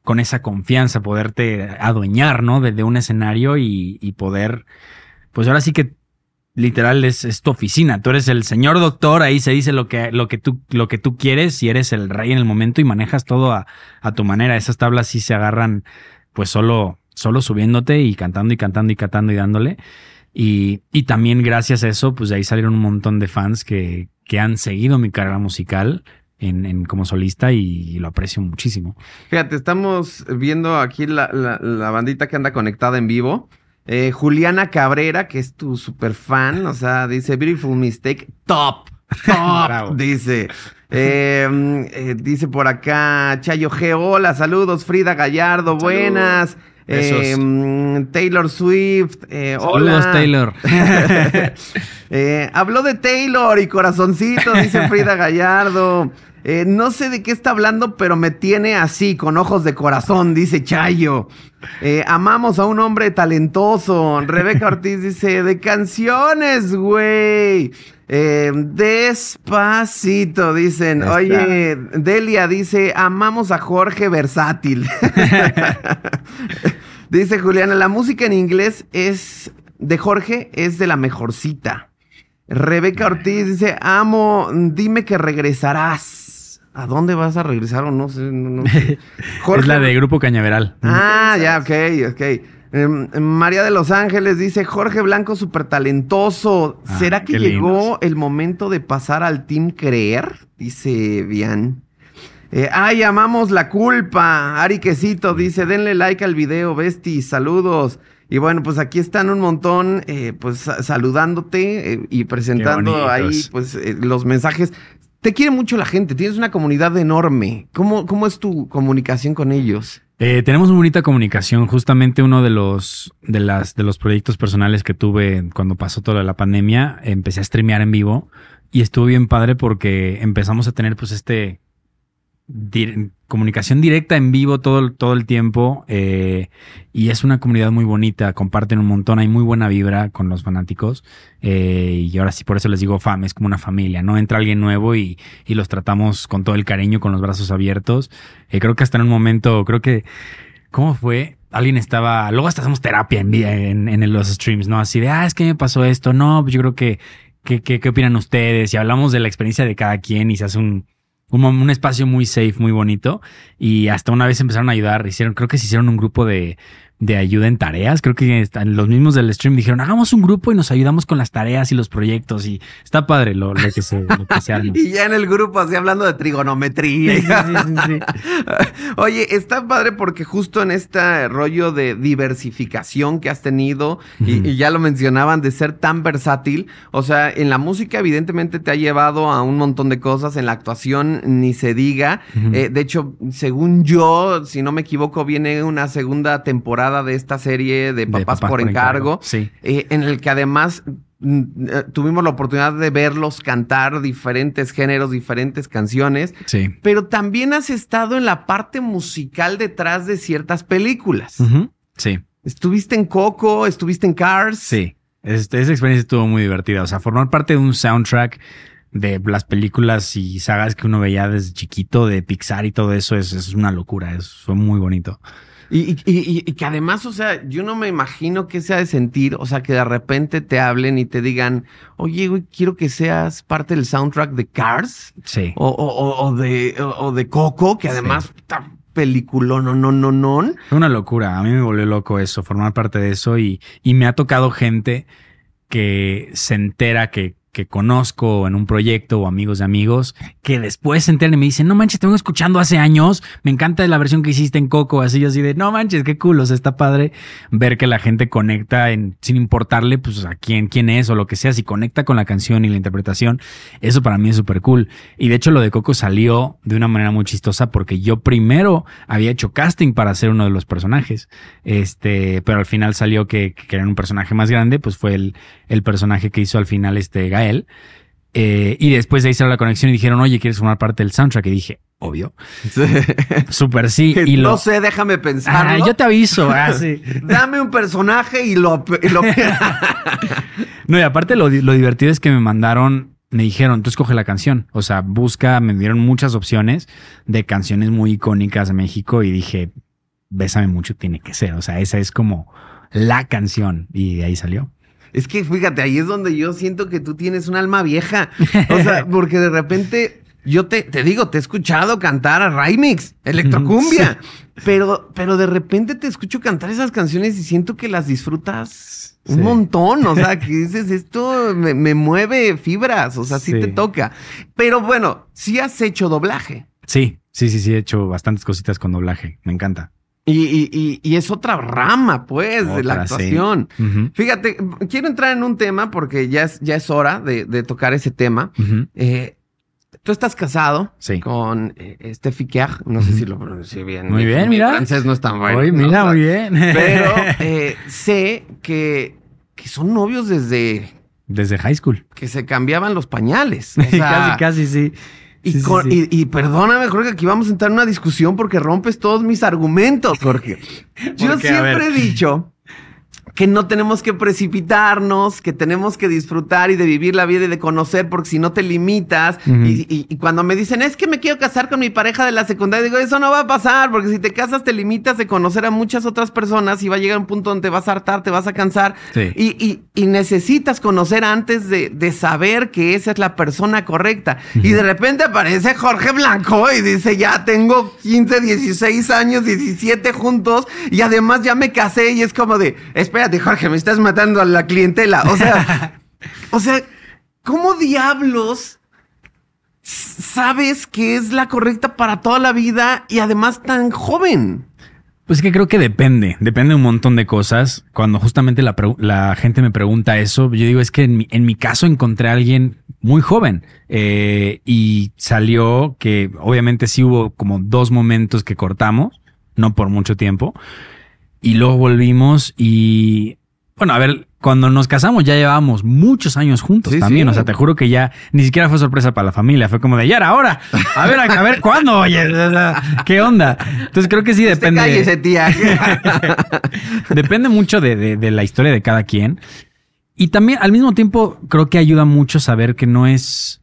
con esa confianza, poderte adueñar, ¿no? De, de un escenario y, y poder, pues ahora sí que literal es, es tu oficina. Tú eres el señor doctor, ahí se dice lo que, lo que tú, lo que tú quieres y eres el rey en el momento y manejas todo a, a tu manera. Esas tablas sí se agarran pues solo, solo subiéndote y cantando y cantando y cantando y dándole. Y, y también gracias a eso, pues de ahí salieron un montón de fans que, que han seguido mi carrera musical en, en como solista y, y lo aprecio muchísimo. Fíjate, estamos viendo aquí la, la, la bandita que anda conectada en vivo. Eh, Juliana Cabrera, que es tu super fan, o sea, dice Beautiful Mistake, top, top, dice. Eh, eh, dice por acá Chayo G, hola, saludos, Frida Gallardo, Salud. Buenas. Eh, Taylor Swift, eh, saludos, hola. Taylor. eh, habló de Taylor y corazoncito, dice Frida Gallardo. Eh, no sé de qué está hablando, pero me tiene así, con ojos de corazón, dice Chayo. Eh, amamos a un hombre talentoso. Rebeca Ortiz dice, de canciones, güey. Eh, despacito, dicen. Está. Oye, Delia dice, amamos a Jorge Versátil. Dice Juliana, la música en inglés es de Jorge es de la mejorcita. Rebeca Ortiz dice, amo, dime que regresarás. ¿A dónde vas a regresar o no sé? No, no sé. Jorge... Es la de Grupo Cañaveral. Ah, ya, ok, ok. Eh, María de Los Ángeles dice, Jorge Blanco súper talentoso. Ah, ¿será que llegó lindos. El momento de pasar al Team Creer? Dice Bian. Eh, ay, amamos la culpa. Ari Quesito dice, denle like al video, besties, saludos. Y bueno, pues aquí están un montón, eh, pues saludándote eh, y presentando ahí pues eh, los mensajes. Te quiere mucho la gente, tienes una comunidad enorme. ¿Cómo, cómo es tu comunicación con ellos? Eh, tenemos muy bonita comunicación. Justamente uno de los, de, las, de los proyectos personales que tuve cuando pasó toda la pandemia, empecé a streamear en vivo y estuvo bien padre porque empezamos a tener pues este... Di- comunicación directa en vivo todo, todo el tiempo eh, y es una comunidad muy bonita, comparten un montón, hay muy buena vibra con los fanáticos eh, y ahora sí por eso les digo fam, es como una familia, ¿no? Entra alguien nuevo y, y los tratamos con todo el cariño, con los brazos abiertos. Eh, creo que hasta en un momento, creo que, ¿cómo fue? Alguien estaba, luego hasta hacemos terapia en, en, en los streams, ¿no? Así de, ah, es que me pasó esto, no, pues yo creo que, que, que ¿qué opinan ustedes? Y hablamos de la experiencia de cada quien y se hace un Un, un espacio muy safe, muy bonito. Y hasta una vez empezaron a ayudar. Hicieron, creo que se hicieron un grupo de, de ayuda en tareas. Creo que los mismos del stream dijeron, hagamos un grupo y nos ayudamos con las tareas y los proyectos. Y está padre lo, lo que se, lo que se arma. Y ya en el grupo así hablando de trigonometría. Sí, sí, sí, sí. Oye, está padre porque justo en este rollo de diversificación que has tenido, uh-huh. y, y ya lo mencionaban, de ser tan versátil. O sea, en la música evidentemente te ha llevado a un montón de cosas. En la actuación ni se diga. Uh-huh. Eh, de hecho, según yo, si no me equivoco, viene una segunda temporada de esta serie de Papás, de Papás por, por Encargo, encargo. Sí. Eh, en el que además mm, tuvimos la oportunidad de verlos cantar diferentes géneros, diferentes canciones, sí. Pero también has estado en la parte musical detrás de ciertas películas. Uh-huh. Sí. Estuviste en Coco, estuviste en Cars. Sí, este, esa experiencia estuvo muy divertida. O sea, formar parte de un soundtrack de las películas y sagas que uno veía desde chiquito, de Pixar y todo eso, es, es una locura, es, fue muy bonito. Y, y, y, y que además, o sea, yo no me imagino qué sea de sentir, o sea, que de repente te hablen y te digan, oye, güey, quiero que seas parte del soundtrack de Cars. Sí. O, o, o, de, o, o de Coco, que además sí. Está película, no, no, no, no. Fue una locura, a mí me volvió loco eso, formar parte de eso y, y me ha tocado gente que se entera que que conozco en un proyecto o amigos de amigos, que después se enteran y me dicen, no manches, te vengo escuchando hace años, me encanta la versión que hiciste en Coco, así, así de, no manches, qué cool, o sea, está padre ver que la gente conecta en, sin importarle, pues, a quién, quién es o lo que sea, si conecta con la canción y la interpretación, eso para mí es súper cool. Y de hecho lo de Coco salió de una manera muy chistosa porque yo primero había hecho casting para ser uno de los personajes, este, pero al final salió que, que era un personaje más grande, pues fue el, el personaje que hizo al final este Gael. Él, eh, y después de ahí salió la conexión y dijeron, oye, ¿quieres formar parte del soundtrack? Y dije, obvio. Sí. Súper sí. Y no lo... sé, déjame pensarlo. Ah, yo te aviso. Ah, sí. Dame un personaje y lo... Y lo... No, y aparte lo, lo divertido es que me mandaron, me dijeron, tú escoge la canción. O sea, busca, me dieron muchas opciones de canciones muy icónicas de México y dije, Bésame mucho tiene que ser. O sea, esa es como la canción y de ahí salió. Es que fíjate, ahí es donde yo siento que tú tienes un alma vieja. O sea, porque de repente yo te, te digo, te he escuchado cantar a Raimix, Electrocumbia, sí. pero, pero de repente te escucho cantar esas canciones y siento que las disfrutas un sí. montón. O sea, que dices, esto me, me mueve fibras, o sea, sí. sí te toca. Pero bueno, sí has hecho doblaje. Sí, sí, sí, sí, he hecho bastantes cositas con doblaje. Me encanta. Y, y, y, y es otra rama, pues, otra, de la actuación. Sí. Uh-huh. Fíjate, quiero entrar en un tema porque ya es, ya es hora de, de tocar ese tema. Uh-huh. Eh, tú estás casado sí. con eh, Steffi Kerr. No uh-huh. sé si lo pronuncié bien. Muy mi, bien, mi mira. Mi francés no es tan bueno. Uy, mira, ¿no? Muy bien. Pero eh, sé que, que son novios desde... Desde high school. Que se cambiaban los pañales. O sea, casi, casi, sí. Y, sí, con, sí, sí. Y, y perdóname, Jorge, que aquí vamos a entrar en una discusión porque rompes todos mis argumentos, Jorge. Yo siempre he dicho que no tenemos que precipitarnos, que tenemos que disfrutar y de vivir la vida y de conocer, porque si no te limitas. Uh-huh. y, y, y cuando me dicen, es que me quiero casar con mi pareja de la secundaria, digo, eso no va a pasar, porque si te casas te limitas de conocer a muchas otras personas y va a llegar un punto donde te vas a hartar, te vas a cansar. Sí. Y, y, y necesitas conocer antes de, de saber que esa es la persona correcta. Uh-huh. Y de repente aparece Jorge Blanco y dice, ya tengo quince, dieciséis años, diecisiete juntos y además ya me casé y es como de, espera, Espérate, Jorge, me estás matando a la clientela. O sea, o sea, ¿cómo diablos sabes que es la correcta para toda la vida y además tan joven? Pues que creo que depende, depende de un montón de cosas. Cuando justamente la, la gente me pregunta eso, yo digo, es que en mi, en mi caso encontré a alguien muy joven eh, y salió que obviamente sí hubo como dos momentos que cortamos, no por mucho tiempo. Y luego volvimos y, bueno, a ver, cuando nos casamos ya llevábamos muchos años juntos sí, también. Sí. O sea, te juro que ya ni siquiera fue sorpresa para la familia. Fue como de, ya era hora. A ver, a, a ver, ¿cuándo? Oye, ¿qué onda? Entonces creo que sí depende. Cállese, tía. Depende mucho de, de, de la historia de cada quien. Y también, al mismo tiempo, creo que ayuda mucho saber que no es...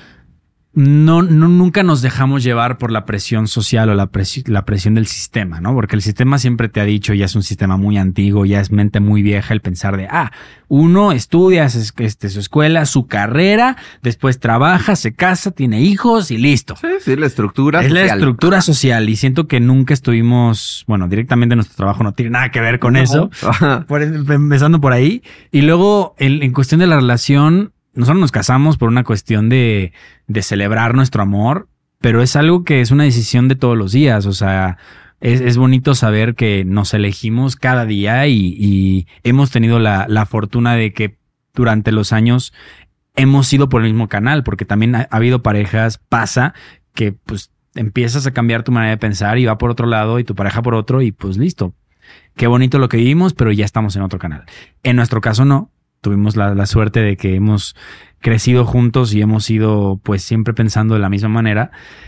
No, no, nunca nos dejamos llevar por la presión social o la, presi- la presión del sistema, ¿no? Porque el sistema siempre te ha dicho, ya es un sistema muy antiguo, ya es mente muy vieja el pensar de, ah, uno estudia este, su escuela, su carrera, después trabaja, se casa, tiene hijos y listo. Sí, sí, la estructura es social. Es la estructura social y siento que nunca estuvimos, bueno, directamente nuestro trabajo no tiene nada que ver con no. eso, por, empezando por ahí. Y luego, en, en cuestión de la relación, nosotros nos casamos por una cuestión de, de celebrar nuestro amor, pero es algo que es una decisión de todos los días. O sea, es, es bonito saber que nos elegimos cada día y, y hemos tenido la, la fortuna de que durante los años hemos ido por el mismo canal, porque también ha, ha habido parejas, pasa que pues empiezas a cambiar tu manera de pensar y va por otro lado y tu pareja por otro y pues listo. Qué bonito lo que vivimos, pero ya estamos en otro canal. En nuestro caso no. Tuvimos la, la suerte de que hemos crecido juntos y hemos ido pues siempre pensando de la misma manera.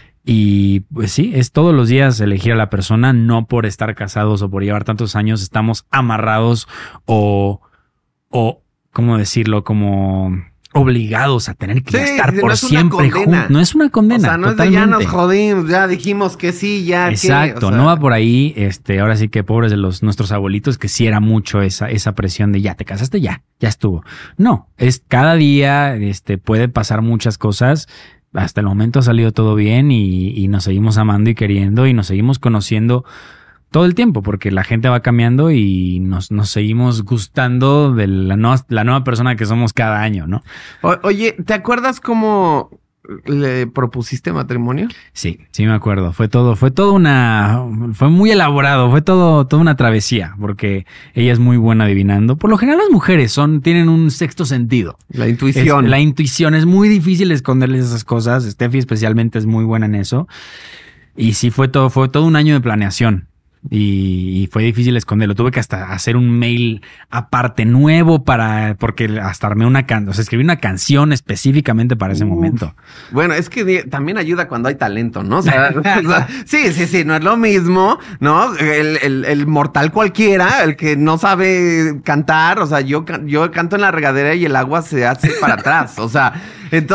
Y pues sí, es todos los días elegir a la persona, no por estar casados o por llevar tantos años estamos amarrados o, o ¿cómo decirlo? Como obligados a tener que sí, estar por no siempre juntos. No es una condena. O sea, no totalmente. Es de ya nos jodimos, ya dijimos que sí, ya. Exacto, que, o sea... no va por ahí. Este, ahora sí que pobres de los nuestros abuelitos, que sí era mucho esa, esa presión de ya te casaste, ya, ya estuvo. No, es cada día, este, puede pasar muchas cosas. Hasta el momento ha salido todo bien y, y nos seguimos amando y queriendo y nos seguimos conociendo todo el tiempo, porque la gente va cambiando y nos, nos seguimos gustando de la, no, la nueva persona que somos cada año, ¿no? O, oye, ¿te acuerdas cómo le propusiste matrimonio? Sí, sí me acuerdo. Fue todo, fue todo una, fue muy elaborado, fue todo, toda una travesía, porque ella es muy buena adivinando. Por lo general las mujeres son, tienen un sexto sentido. La intuición. Es, la intuición, es muy difícil esconderles esas cosas. Steffi especialmente es muy buena en eso. Y sí fue todo, fue todo un año de planeación. Y, y fue difícil esconderlo. Tuve que hasta hacer un mail aparte nuevo para, porque hasta armé una canción, o sea, escribí una canción específicamente para ese Uf. momento. Bueno, es que también ayuda cuando hay talento, ¿no? O sea, sí, sí, sí, no es lo mismo, ¿no? El, el, el mortal cualquiera, el que no sabe cantar, o sea, yo, yo canto en la regadera y el agua se hace para atrás, o sea, entonces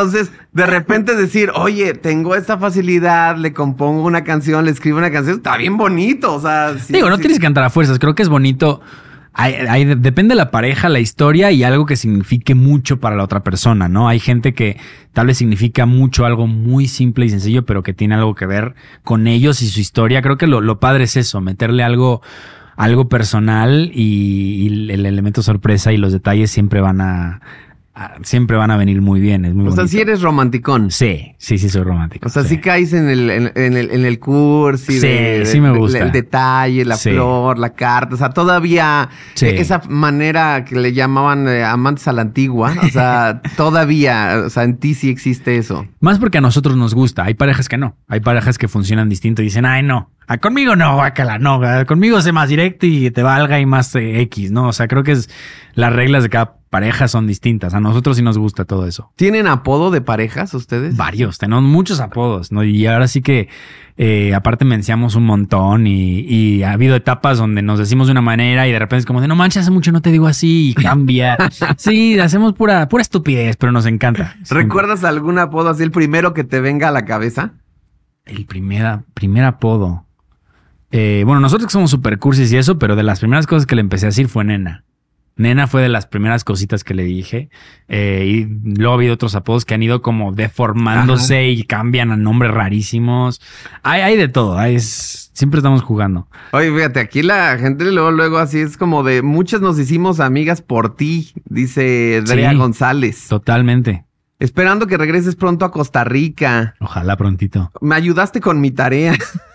de repente decir, oye, tengo esta facilidad, le compongo una canción, le escribo una canción, está bien bonito. O sea, sí, digo, no sí. tienes que cantar a fuerzas. Creo que es bonito. Hay, hay, depende de la pareja, la historia y algo que signifique mucho para la otra persona, ¿no? Hay gente que tal vez significa mucho algo muy simple y sencillo, pero que tiene algo que ver con ellos y su historia. Creo que lo, lo padre es eso, meterle algo, algo personal y, y el elemento sorpresa y los detalles siempre van a... siempre van a venir muy bien, es muy O sea, bonito. si eres romanticón. Sí, sí, sí soy romántico. O sea, sí, sí caes en el, en, en el, en el cursi. Sí, de, sí me de- gusta. El detalle, la Sí. flor, la carta. O sea, todavía Sí. eh, esa manera que le llamaban eh, amantes a la antigua. O sea, todavía, o sea, en ti sí existe eso. Más porque a nosotros nos gusta. Hay parejas que no. Hay parejas que funcionan distinto y dicen, ay, no. Ah, conmigo no, guácala, no. ah, Conmigo sé más directo y te valga y más eh, X, ¿no? O sea, creo que es las reglas de cada pareja son distintas. A nosotros sí nos gusta todo eso. ¿Tienen apodo de parejas ustedes? Varios, tenemos muchos apodos, ¿no? Y ahora sí que, eh, aparte menciamos un montón y, y ha habido etapas donde nos decimos de una manera y de repente es como de, no manches, hace mucho no te digo así y cambia. Sí, hacemos pura, pura estupidez, pero nos encanta. ¿Recuerdas algún apodo así, el primero que te venga a la cabeza? El primer, primer apodo. Eh, bueno, nosotros que somos super cursis y eso, pero de las primeras cosas que le empecé a decir fue nena. Nena fue de las primeras cositas que le dije. Eh, y luego ha habido otros apodos que han ido como deformándose Ajá. y cambian a nombres rarísimos. Hay, hay de todo. Hay, es- siempre estamos jugando. Oye, fíjate, aquí la gente luego, luego así es como de muchas nos hicimos amigas por ti, dice Drea Sí. González. Totalmente. Esperando que regreses pronto a Costa Rica. Ojalá prontito. Me ayudaste con mi tarea.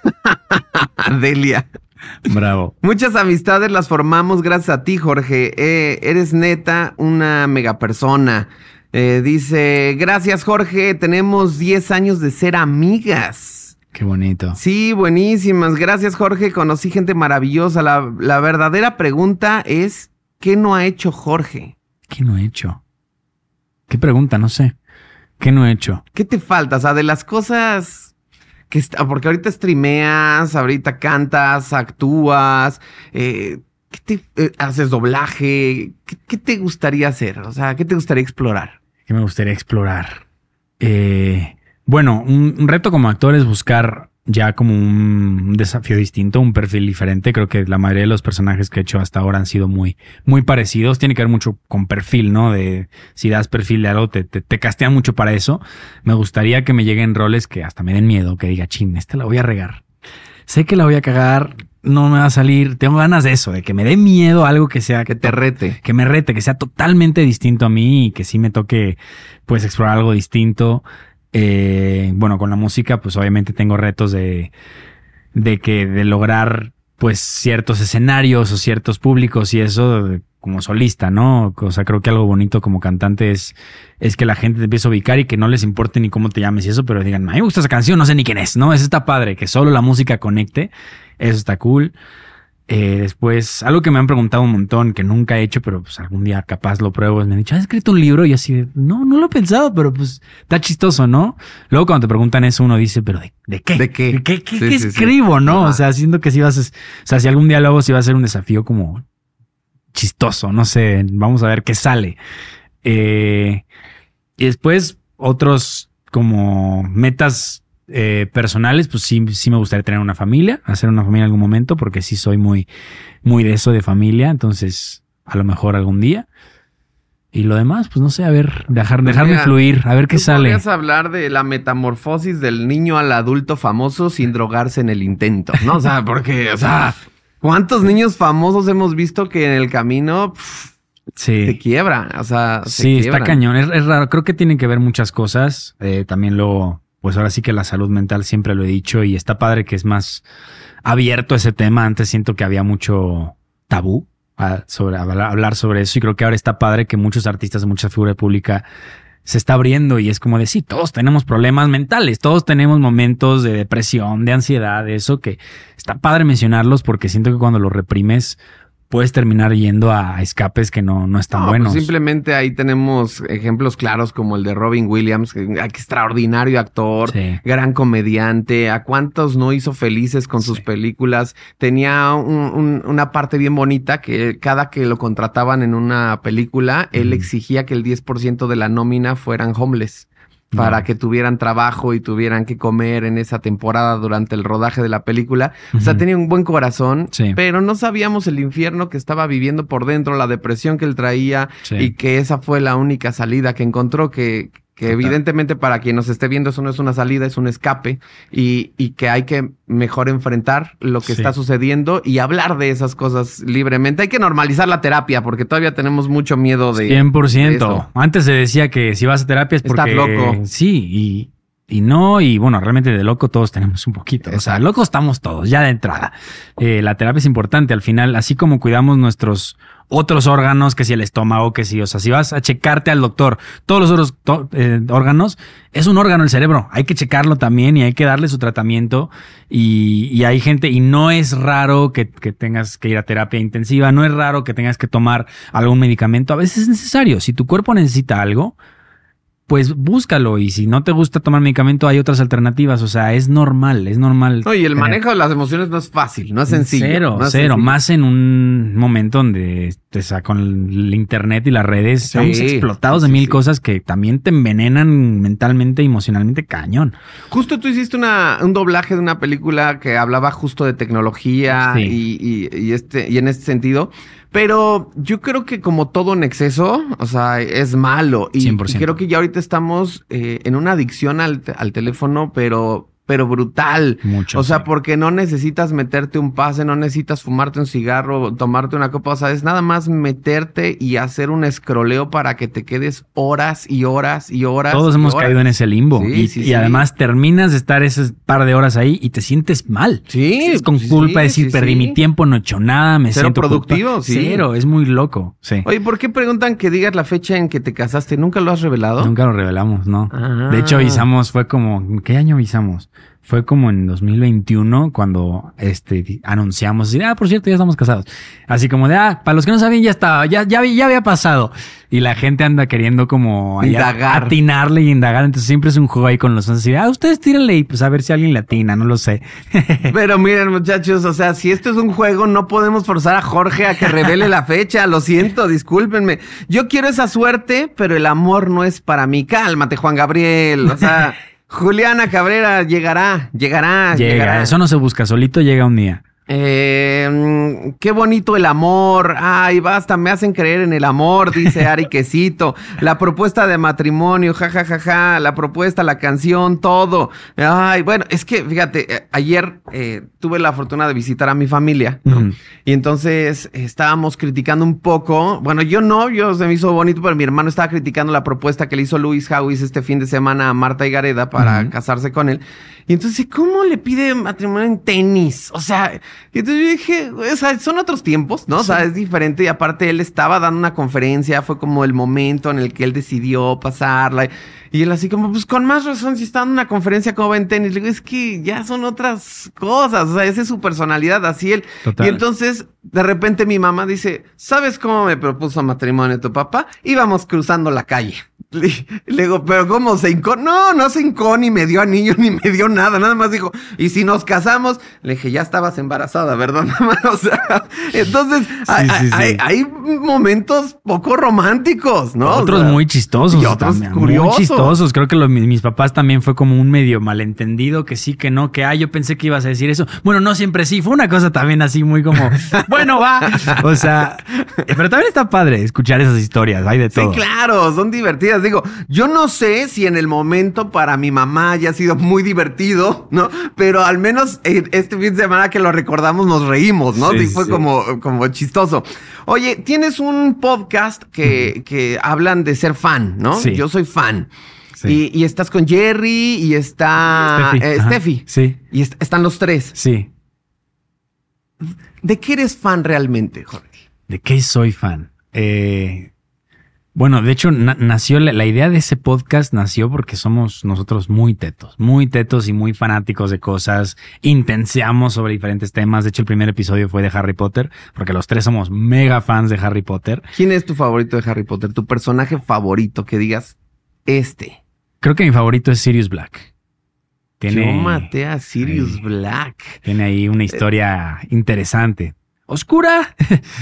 Delia. Bravo. Muchas amistades las formamos gracias a ti, Jorge. Eh, eres neta una mega persona. Eh, dice, gracias, Jorge. Tenemos diez años de ser amigas. Qué bonito. Sí, buenísimas. Gracias, Jorge. Conocí gente maravillosa. La, la verdadera pregunta es, ¿qué no ha hecho Jorge? ¿Qué no he hecho? ¿Qué pregunta? No sé. ¿Qué no he hecho? ¿Qué te falta? O sea, de las cosas que está, porque ahorita streameas, ahorita cantas, actúas, eh, ¿qué te eh, haces doblaje? ¿Qué, qué te gustaría hacer? O sea, ¿qué te gustaría explorar? ¿Qué me gustaría explorar? Eh, bueno, un, un reto como actor es buscar ya como un desafío distinto, un perfil diferente. Creo que la mayoría de los personajes que he hecho hasta ahora han sido muy, muy parecidos. Tiene que ver mucho con perfil, ¿no? De si das perfil de algo, te, te, te castean mucho para eso. Me gustaría que me lleguen roles que hasta me den miedo, que diga, chin, esta la voy a regar. Sé que la voy a cagar, no me va a salir. Tengo ganas de eso, de que me dé miedo algo que sea Que te rete. que me rete, que sea totalmente distinto a mí y que sí me toque pues explorar algo distinto. Eh, bueno, con la música pues obviamente tengo retos de, de que de lograr pues ciertos escenarios o ciertos públicos y eso de- como solista, ¿no? O sea, creo que algo bonito como cantante es, es que la gente te empiece a ubicar y que no les importe ni cómo te llames y eso, pero digan, a mí me gusta esa canción, no sé ni quién es, ¿no? Eso está padre, que solo la música conecte, eso está cool. Eh, después, algo que me han preguntado un montón, que nunca he hecho, pero pues algún día capaz lo pruebo, me han dicho, ¿has escrito un libro? Y yo así, de, no, no lo he pensado, pero pues está chistoso, ¿no? Luego cuando te preguntan eso, uno dice, ¿pero de, de qué? ¿De qué? ¿Qué, qué- Sí, qué sí, sí. escribo, no? Ajá. O sea, siento que si vas a, o sea, si algún día lo hago, si va a ser un desafío como chistoso, no sé, vamos a ver qué sale. Eh, y después, otros como metas eh, personales, pues sí, sí me gustaría tener una familia, hacer una familia en algún momento, porque sí soy muy, muy de eso de familia, entonces a lo mejor algún día. Y lo demás, pues no sé, a ver, dejar, Pues dejarme mira, fluir, a ver qué Tú sale. podrías hablar de la metamorfosis del niño al adulto famoso sin drogarse en el intento, ¿no? O sea, porque, o sea, ¿cuántos niños famosos hemos visto que en el camino pff, se Sí, quiebran? O sea, se sí, está quiebran. cañón, es, es raro, creo que tienen que ver muchas cosas. Eh, también luego, pues ahora sí que la salud mental siempre lo he dicho y está padre que es más abierto ese tema. Antes siento que había mucho tabú a- sobre hablar, hablar sobre eso y creo que ahora está padre que muchos artistas, mucha figura pública se está abriendo y es como decir, todos tenemos problemas mentales, todos tenemos momentos de depresión, de ansiedad, de eso que está padre mencionarlos porque siento que cuando los reprimes puedes terminar yendo a escapes que no, no están No, buenos. pues simplemente ahí tenemos ejemplos claros como el de Robin Williams, que, que extraordinario actor, Sí. gran comediante, a cuántos no hizo felices con sus Sí. películas. Tenía un- un- una parte bien bonita que cada que lo contrataban en una película, él Ujú. exigía que el diez por ciento de la nómina fueran homeless. para No. que tuvieran trabajo y tuvieran que comer en esa temporada durante el rodaje de la película. O sea, Ujú. tenía un buen corazón, Sí. pero no sabíamos el infierno que estaba viviendo por dentro, la depresión que él traía Sí. y que esa fue la única salida que encontró, que, que Total. evidentemente para quien nos esté viendo eso no es una salida, es un escape y, y que hay que mejor enfrentar lo que Sí. está sucediendo y hablar de esas cosas libremente. Hay que normalizar la terapia porque todavía tenemos mucho miedo de... cien por de ciento. esto. Antes se decía que si vas a terapia es Estás porque... loco. Sí, y, y no, y bueno, realmente de loco todos tenemos un poquito. O sea, Exacto. locos estamos todos, ya de entrada. Eh, la terapia es importante al final, así como cuidamos nuestros otros órganos, que si el estómago, que si, o sea, si vas a checarte al doctor, todos los otros to- eh, órganos, es un órgano el cerebro, hay que checarlo también y hay que darle su tratamiento y, y hay gente, y no es raro que, que tengas que ir a terapia intensiva, no es raro que tengas que tomar algún medicamento, a veces es necesario, si tu cuerpo necesita algo, pues búscalo y si no te gusta tomar medicamento hay otras alternativas, o sea, es normal, es normal. No, y el tener- manejo de las emociones no es fácil, no es sencillo. Cero, no es cero. sencillo. Más en un momento donde te sa- con el internet y las redes Sí, estamos explotados sí, de sí, mil sí. cosas que también te envenenan mentalmente y emocionalmente cañón. Justo tú hiciste una, un doblaje de una película que hablaba justo de tecnología Sí. y, y, y este, y en este sentido. Pero yo creo que como todo en exceso, o sea, es malo. Y, cien por y ciento. creo que ya ahorita estamos eh, en una adicción al, te- al teléfono, pero, pero brutal. Mucho. O sea, sí. porque no necesitas meterte un pase, no necesitas fumarte un cigarro, tomarte una copa, o sea, es nada más meterte y hacer un escroleo para que te quedes horas y horas y horas. Todos y hemos horas. caído en ese limbo. Sí, y sí, y sí. además terminas de estar ese par de horas ahí y te sientes mal. Sí, Es con sí, culpa decir, sí, perdí sí. mi tiempo, no he hecho nada, me Cero siento productivo, culpa- sí. Cero, es muy loco. Sí. Oye, ¿por qué preguntan que digas la fecha en que te casaste? ¿Nunca lo has revelado? Nunca lo revelamos, ¿no? Ah. De hecho, avisamos, fue como, ¿en qué año avisamos? Fue como en dos mil veintiuno cuando este di- anunciamos, así, ah, por cierto, ya estamos casados. Así como de, ah, para los que no sabían, ya estaba, ya, ya, ya había pasado. Y la gente anda queriendo como ahí a- Indagar. atinarle y indagar. Entonces siempre es un juego ahí con los fans. Así, ah, ustedes tírenle y pues a ver si alguien le atina, no lo sé. Pero miren, muchachos, o sea, si esto es un juego, no podemos forzar a Jorge a que revele la fecha. Lo siento, discúlpenme. Yo quiero esa suerte, pero el amor no es para mí. Cálmate, Juan Gabriel. O sea, Juliana Cabrera llegará, llegará, Llega, llegará. eso no se busca, solito llega un día. Eh, mm, qué bonito el amor. Ay, basta, me hacen creer en el amor, dice Ari Quesito. La propuesta de matrimonio, ja, ja, ja, ja. La propuesta, la canción, todo. Ay, bueno, es que, fíjate, eh, ayer eh, tuve la fortuna de visitar a mi familia, ¿no? Ujú. Y entonces eh, estábamos criticando un poco. Bueno, yo no, yo se me hizo bonito, pero mi hermano estaba criticando la propuesta que le hizo Luis Hawis este fin de semana a Marta Higareda para Ujú. casarse con él. Y entonces, ¿cómo le pide matrimonio en tenis? O sea, y entonces yo dije, o sea, son otros tiempos, ¿no? O sea, es diferente. Y aparte, él estaba dando una conferencia, fue como el momento en el que él decidió pasarla. Y él así como, pues con más razón, si está dando una conferencia como va en tenis. Le digo, es que ya son otras cosas. O sea, esa es su personalidad, así él. Total. Y entonces, de repente mi mamá dice, ¿sabes cómo me propuso matrimonio tu papá? Íbamos cruzando la calle. Le, le digo, ¿pero cómo se hincó? No, no se hincó, ni me dio anillo, ni me dio nada. Nada más dijo, ¿y si nos casamos? Le dije, ya estabas embarazada, ¿verdad, mamá? O sea, entonces, hay, sí, sí. hay- hay momentos poco románticos, ¿no? O Otros sea, muy chistosos. y otros también, curiosos. Muy chistosos. Creo que lo- mis, mis papás también fue como un medio malentendido, que sí, que no, que ah, yo pensé que ibas a decir eso. Bueno, no siempre sí. Fue una cosa también así muy como, bueno, va. O sea, pero también está padre escuchar esas historias. Hay de Sí, todo. claro, son divertidas. Digo, yo no sé si en el momento para mi mamá haya sido muy divertido, ¿no? Pero al menos eh, este fin de semana que lo recordamos nos reímos, ¿no? Sí, Sí, fue sí. como, como chistoso. Oye, tienes un podcast que, que hablan de ser fan, ¿no? Sí. Yo soy fan. Sí. Y, y estás con Jerry y está Steffi, eh, ajá. Steffi. Sí, Y est- están los tres. sí. ¿De qué eres fan realmente, Jorge? ¿De qué soy fan? Eh, bueno, de hecho, na- nació la, la idea de ese podcast nació porque somos nosotros muy tetos, muy tetos y muy fanáticos de cosas. Intenseamos sobre diferentes temas. De hecho, el primer episodio fue de Harry Potter, porque los tres somos mega fans de Harry Potter. ¿Quién es tu favorito de Harry Potter? ¿Tu personaje favorito que digas este? Creo que mi favorito es Sirius Black. Tiene, Yo maté a Sirius Ay. Black. tiene ahí una historia interesante. Oscura.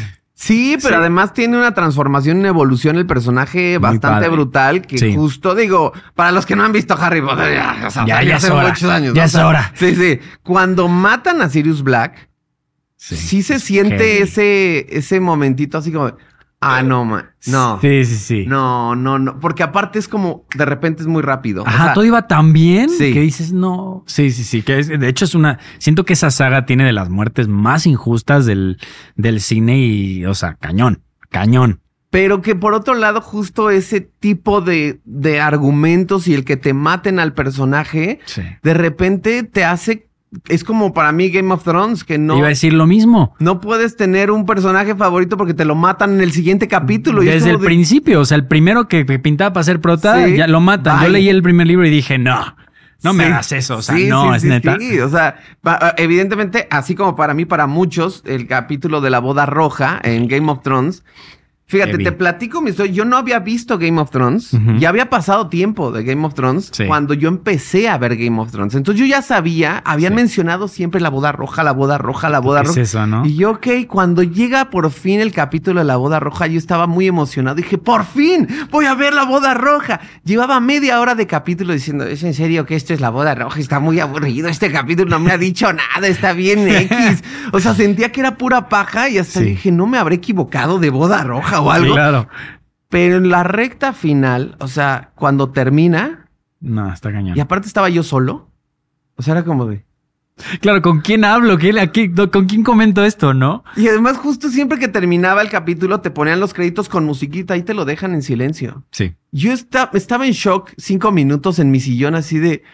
Sí, pero sí. además tiene una transformación, una evolución el personaje muy bastante padre. brutal que sí. justo, digo, para los que no han visto Harry Potter, ya, o sea, ya, ya, ya hace hora. muchos años. Ya ¿no? es hora. Sí, sí. Cuando matan a Sirius Black, sí, sí se siente ese, ese momentito así como... Ah, no, man. No. Sí, sí, sí. No, no, no. Porque aparte es como, de repente es muy rápido. Ajá, o sea, todo iba tan bien sí. que dices, no. Sí, sí, sí. Que es, de hecho es una... Siento que esa saga tiene de las muertes más injustas del, del cine y, o sea, cañón, cañón. Pero que por otro lado, justo ese tipo de, de argumentos y el que te maten al personaje, sí. de repente te hace... Es como para mí Game of Thrones, que no... Iba a decir lo mismo. No puedes tener un personaje favorito porque te lo matan en el siguiente capítulo. Desde y es el de... principio, o sea, el primero que pintaba para ser prota, sí, ya lo matan. Bye. Yo leí el primer libro y dije, no, no sí, me hagas eso, o sea, sí, no, sí, es sí, neta. Sí, o sea, evidentemente, así como para mí, para muchos, el capítulo de la boda roja en Game of Thrones... Fíjate, te platico mi historia. Yo no había visto Game of Thrones. Uh-huh. Ya había pasado tiempo de Game of Thrones sí. cuando yo empecé a ver Game of Thrones. Entonces yo ya sabía, habían sí. mencionado siempre la boda roja, la boda roja, la boda ¿Qué roja. Es eso, ¿no? Y yo, ok, cuando llega por fin el capítulo de la boda roja, yo estaba muy emocionado. Dije, por fin voy a ver la boda roja. Llevaba media hora de capítulo diciendo, ¿es en serio que esto es la boda roja? Está muy aburrido. Este capítulo no me ha dicho nada. Está bien X. O sea, sentía que era pura paja y hasta sí. dije, no me habré equivocado de boda roja o algo. Sí, claro. Pero en la recta final, o sea, cuando termina... No, está cañón. Y aparte estaba yo solo. O sea, era como de... Claro, ¿con quién hablo? ¿Qué, aquí, ¿Con quién comento esto, no? Y además justo siempre que terminaba el capítulo te ponían los créditos con musiquita y te lo dejan en silencio. Sí. Yo está, estaba en shock cinco minutos en mi sillón así de...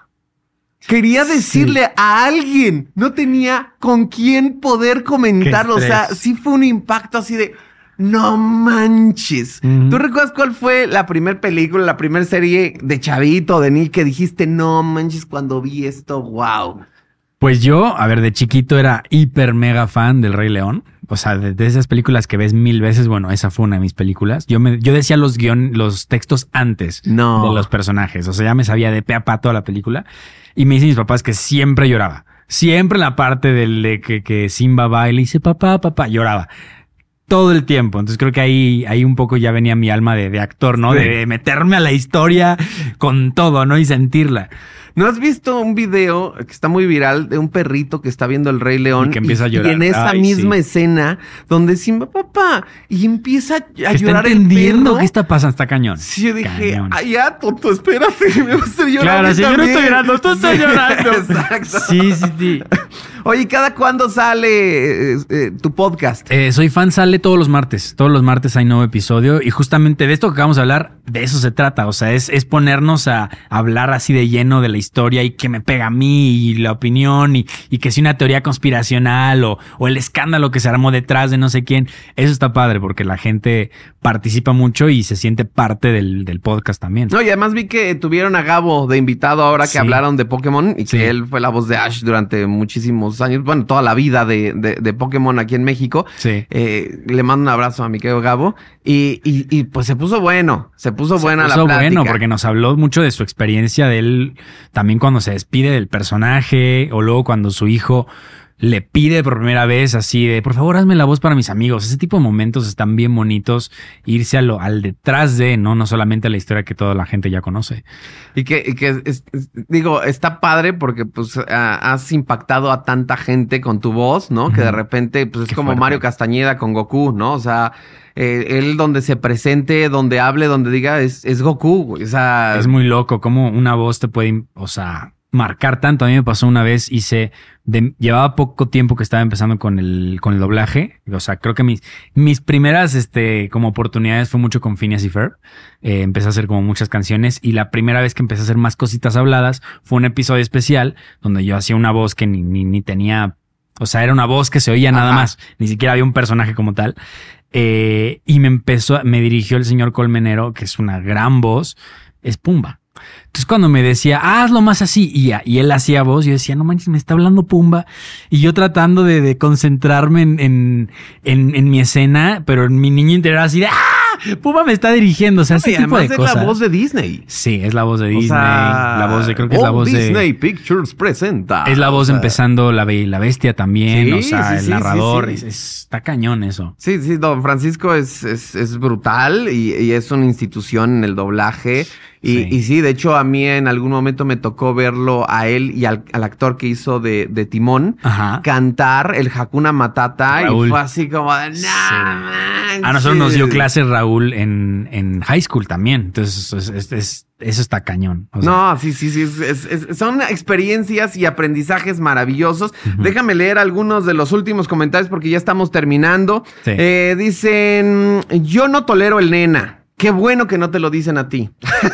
Quería decirle sí. a alguien. No tenía con quién poder comentarlo. O sea, sí fue un impacto así de... No manches. Uh-huh. ¿Tú recuerdas cuál fue la primera película, la primera serie de chavito, de Nick, que dijiste, no manches, cuando vi esto, wow? Pues yo, a ver, de chiquito era hiper mega fan del Rey León. O sea, de, de esas películas que ves mil veces, bueno, esa fue una de mis películas. Yo me, yo decía los guion, los textos antes no. de los personajes. O sea, ya me sabía de pe a pa toda la película. Y me dicen mis papás que siempre lloraba. Siempre en la parte del, de que, que Simba va y le dice, papá, papá, lloraba. Todo el tiempo. Entonces creo que ahí, ahí un poco ya venía mi alma de, de actor, ¿no? Sí. De meterme a la historia con todo, ¿no? Y sentirla. ¿No has visto un video que está muy viral de un perrito que está viendo el Rey León? Y que empieza y, a llorar. Y en esa Ay, misma sí. escena donde Simba, papá, y empieza a que llorar está entendiendo el perro. ¿Qué está pasando? Está cañón. Sí, yo dije, cañón. ay, ya, tonto, espérate, me vas a hacer llorar. Claro, si yo no estoy llorando, tú estás sí, llorando. Exacto. Sí, sí, sí. Oye, ¿cada cuándo sale eh, eh, tu podcast? Eh, Soy Fan sale todos los martes. Todos los martes hay nuevo episodio. Y justamente de esto que acabamos de hablar, de eso se trata. O sea, es, es ponernos a hablar así de lleno de la historia y que me pega a mí y la opinión y, y que si una teoría conspiracional o, o el escándalo que se armó detrás de no sé quién. Eso está padre porque la gente participa mucho y se siente parte del, del podcast también. No, y además vi que tuvieron a Gabo de invitado ahora que sí. hablaron de Pokémon y que sí. él fue la voz de Ash durante muchísimos años, bueno, toda la vida de, de, de Pokémon aquí en México. Sí. Eh, le mando un abrazo a mi querido Gabo y, y, y pues se puso bueno, se puso se buena puso la plática. bueno porque nos habló mucho de su experiencia de él también cuando se despide del personaje o luego cuando su hijo le pide por primera vez así de, por favor, hazme la voz para mis amigos. Ese tipo de momentos están bien bonitos, irse a lo, al detrás de, ¿no? No solamente a la historia que toda la gente ya conoce. Y que, y que es, es, digo, está padre porque pues uh, has impactado a tanta gente con tu voz, ¿no? Uh-huh. Que de repente pues es Qué como fuerte. Mario Castañeda con Goku, ¿no? O sea, eh, él donde se presente, donde hable, donde diga, es, es Goku. O sea, es muy loco cómo una voz te puede, o sea, marcar tanto. A mí me pasó una vez, hice, de, llevaba poco tiempo que estaba empezando con el, con el doblaje. O sea, creo que mis, mis primeras, este, como oportunidades fue mucho con Phineas y Ferb. Eh, empecé a hacer como muchas canciones y la primera vez que empecé a hacer más cositas habladas fue un episodio especial donde yo hacía una voz que ni, ni, ni tenía, o sea, era una voz que se oía nada Ajá. más. Ni siquiera había un personaje como tal. Eh, y me empezó, me dirigió el señor Colmenero, que es una gran voz, es Pumba. Entonces cuando me decía, ah, hazlo más así, y, y él hacía voz, yo decía, no manches, me está hablando Pumba. Y yo tratando de, de concentrarme en, en, en, en mi escena, pero en mi niño interior así de, ¡ah! Puma me está dirigiendo, o sea, ese y tipo de además cosas. es la voz de Disney. Sí, es la voz de Disney. O sea, la voz de, creo que es la voz Disney de... Disney Pictures presenta. Es la voz o sea, empezando La Bella y la Bestia también, Sí, o sea, sí, el sí, narrador, sí, es- sí. es- está cañón eso. Sí, sí, don Francisco es, es, es brutal y, y es una institución en el doblaje. Y Sí. sí. y sí, de hecho, a mí en algún momento me tocó verlo a él y al, al actor que hizo de, de Timón Ajá. cantar el Hakuna Matata. Raúl. Y fue así como de, no Sí. manches". A nosotros nos dio clases Raúl en, en high school también, entonces es- es- es- eso está cañón. O sea, No, sí, sí, sí. es- es- es- son experiencias y aprendizajes maravillosos. Ujú. Déjame leer algunos de los últimos comentarios porque ya estamos terminando. Sí. Eh, dicen, yo no tolero el nena. Qué bueno que no te lo dicen a ti.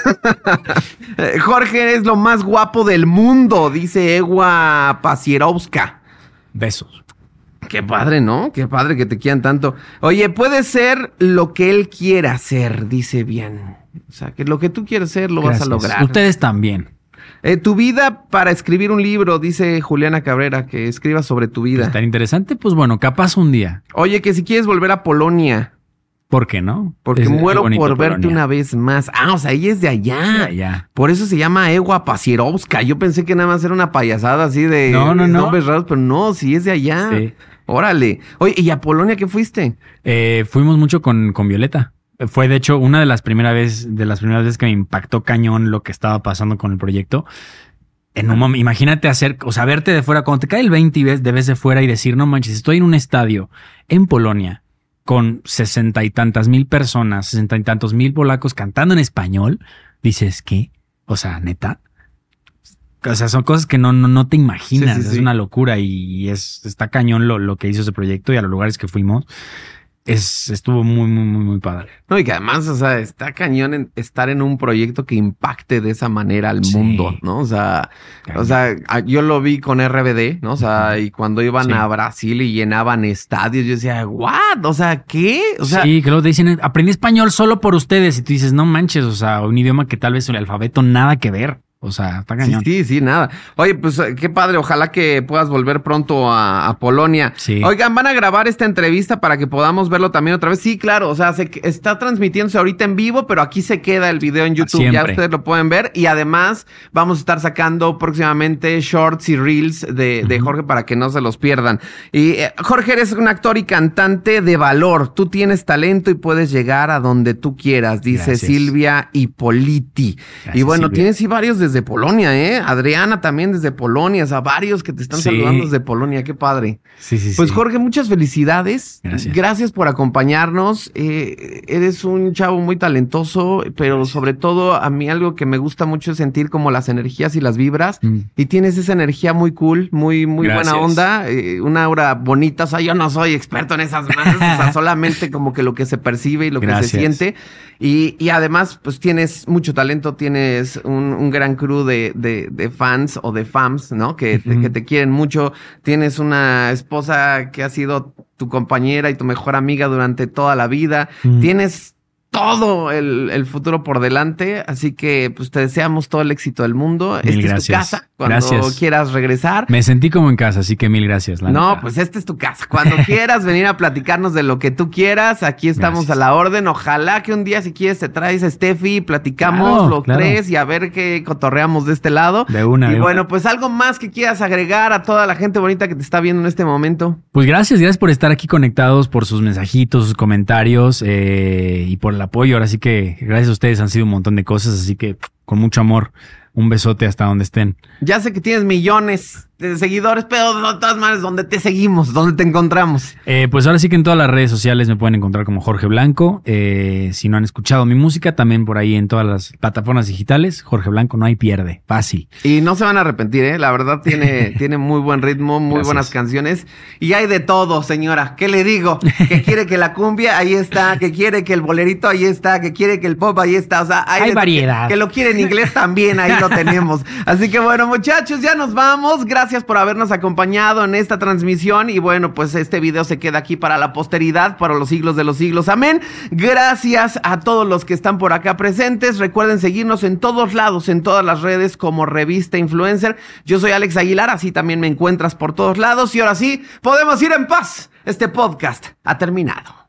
Eh, Jorge es lo más guapo del mundo, dice Ewa Pasierovska. besos. Qué padre, ¿no? Qué padre que te quieran tanto. Oye, puede ser lo que él quiera ser, dice bien. O sea, que lo que tú quieres ser lo Gracias. vas a lograr. Ustedes también. Eh, tu vida para escribir un libro, dice Juliana Cabrera, que escriba sobre tu vida. Estar interesante, pues bueno, capaz un día. Oye, que si quieres volver a Polonia, ¿Por qué no? porque Es- es muero bonito por verte Polonia. una vez más. Ah, o sea, ella es de allá. Ya, ya. Por eso se llama Ewa Pasierovska. Yo pensé que nada más era una payasada así de No, no, no. nombres raros, pero no, sí es de allá. Sí. Órale. Oye, ¿y a Polonia qué fuiste? Eh, fuimos mucho con, con Violeta. Fue de hecho una de las primeras veces, de las primeras veces que me impactó cañón lo que estaba pasando con el proyecto. En un momento, imagínate hacer, o sea, verte de fuera, cuando te cae el veinte y ves, de vez de fuera y decir, no manches, estoy en un estadio en Polonia con sesenta y tantas mil personas, sesenta y tantos mil polacos cantando en español, dices, ¿qué? O sea, neta. O sea, son cosas que no, no, no te imaginas, Sí, sí, es sí. una locura y es, está cañón lo, lo que hizo ese proyecto y a los lugares que fuimos. Es, estuvo muy, muy, muy, muy padre. No, y que además, o sea, está cañón en estar en un proyecto que impacte de esa manera al Sí. mundo, ¿no? O sea, Cañón. o sea, a- yo lo vi con R B D, ¿no? O sea, y cuando iban Sí. a Brasil y llenaban estadios, yo decía, ¿what? O sea, ¿qué? O sea, sí, que luego te dicen, aprendí español solo por ustedes. Y tú dices, no manches, o sea, un idioma que tal vez el alfabeto nada que ver. O sea, está sí, cañón. sí, sí, nada. Oye, pues eh, qué padre, ojalá que puedas volver pronto a, a Polonia. Sí. Oigan, ¿van a grabar esta entrevista para que podamos verlo también otra vez? Sí, claro, o sea, se, está transmitiéndose ahorita en vivo, pero aquí se queda el video en YouTube, ya Siempre. ustedes lo pueden ver. Y además vamos a estar sacando próximamente shorts y reels de, de Jorge para que no se los pierdan. Y eh, Jorge, eres un actor y cantante de valor. Tú tienes talento y puedes llegar a donde tú quieras, dice Gracias. Silvia Hippoliti. Gracias, Y bueno, Silvia. tienes sí varios desde Polonia, ¿eh? Adriana también desde Polonia, o sea, varios que te están Sí. saludando desde Polonia, qué padre. Sí, sí, Pues sí. Jorge, muchas felicidades. Gracias. por acompañarnos. Eh, eres un chavo muy talentoso, pero sobre todo a mí algo que me gusta mucho es sentir como las energías y las vibras. Mm. Y tienes esa energía muy cool, muy, muy Gracias. buena onda, eh, una aura bonita. O sea, yo no soy experto en esas masas, o sea, solamente como que lo que se percibe y lo que Gracias. se siente. Y, y además, pues tienes mucho talento, tienes un, un gran crew de, de, de fans o de fans, ¿no? Que, te- Ujú. que te quieren mucho. Tienes una esposa que ha sido tu compañera y tu mejor amiga durante toda la vida. Mm. Tienes todo el, el futuro por delante, así que pues te deseamos todo el éxito del mundo. Mil Esta es tu gracias. casa cuando Gracias. quieras regresar. Me sentí como en casa, así que mil gracias. la No, neta. pues esta es tu casa. Cuando quieras venir a platicarnos de lo que tú quieras, aquí estamos Gracias. a la orden. Ojalá que un día, si quieres, te traes a Steffi, platicamos Claro, los claro. tres y a ver qué cotorreamos de este lado. De una, Y de bueno, una. pues algo más que quieras agregar a toda la gente bonita que te está viendo en este momento. Pues gracias, gracias por estar aquí conectados, por sus mensajitos, sus comentarios eh, y por el apoyo. Ahora sí que gracias a ustedes han sido un montón de cosas, así que con mucho amor, un besote hasta donde estén. Ya sé que tienes millones de seguidores, pero de todas maneras, ¿dónde te seguimos? ¿Dónde te encontramos? Eh, pues ahora sí que en todas las redes sociales me pueden encontrar como Jorge Blanco. Eh, si no han escuchado mi música, también por ahí en todas las plataformas digitales. Jorge Blanco, no hay pierde. Fácil. Y no se van a arrepentir, ¿eh? La verdad tiene, tiene muy buen ritmo, muy Gracias. buenas canciones. Y hay de todo, señora. ¿Qué le digo? Que quiere que la cumbia, ahí está. Que quiere que el bolerito, ahí está. Que quiere que el pop, ahí está. O sea, hay, Hay de- variedad. Que, que lo quiere en inglés también, ahí lo tenemos. Así que bueno, muchachos, ya nos vamos. Gracias por habernos acompañado en esta transmisión. Y bueno, pues este video se queda aquí para la posteridad, para los siglos de los siglos. Amén. Gracias a todos los que están por acá presentes. Recuerden seguirnos en todos lados, en todas las redes como Revista Influencer. Yo soy Alex Aguilar, así también me encuentras por todos lados. Y ahora sí, podemos ir en paz. Este podcast ha terminado.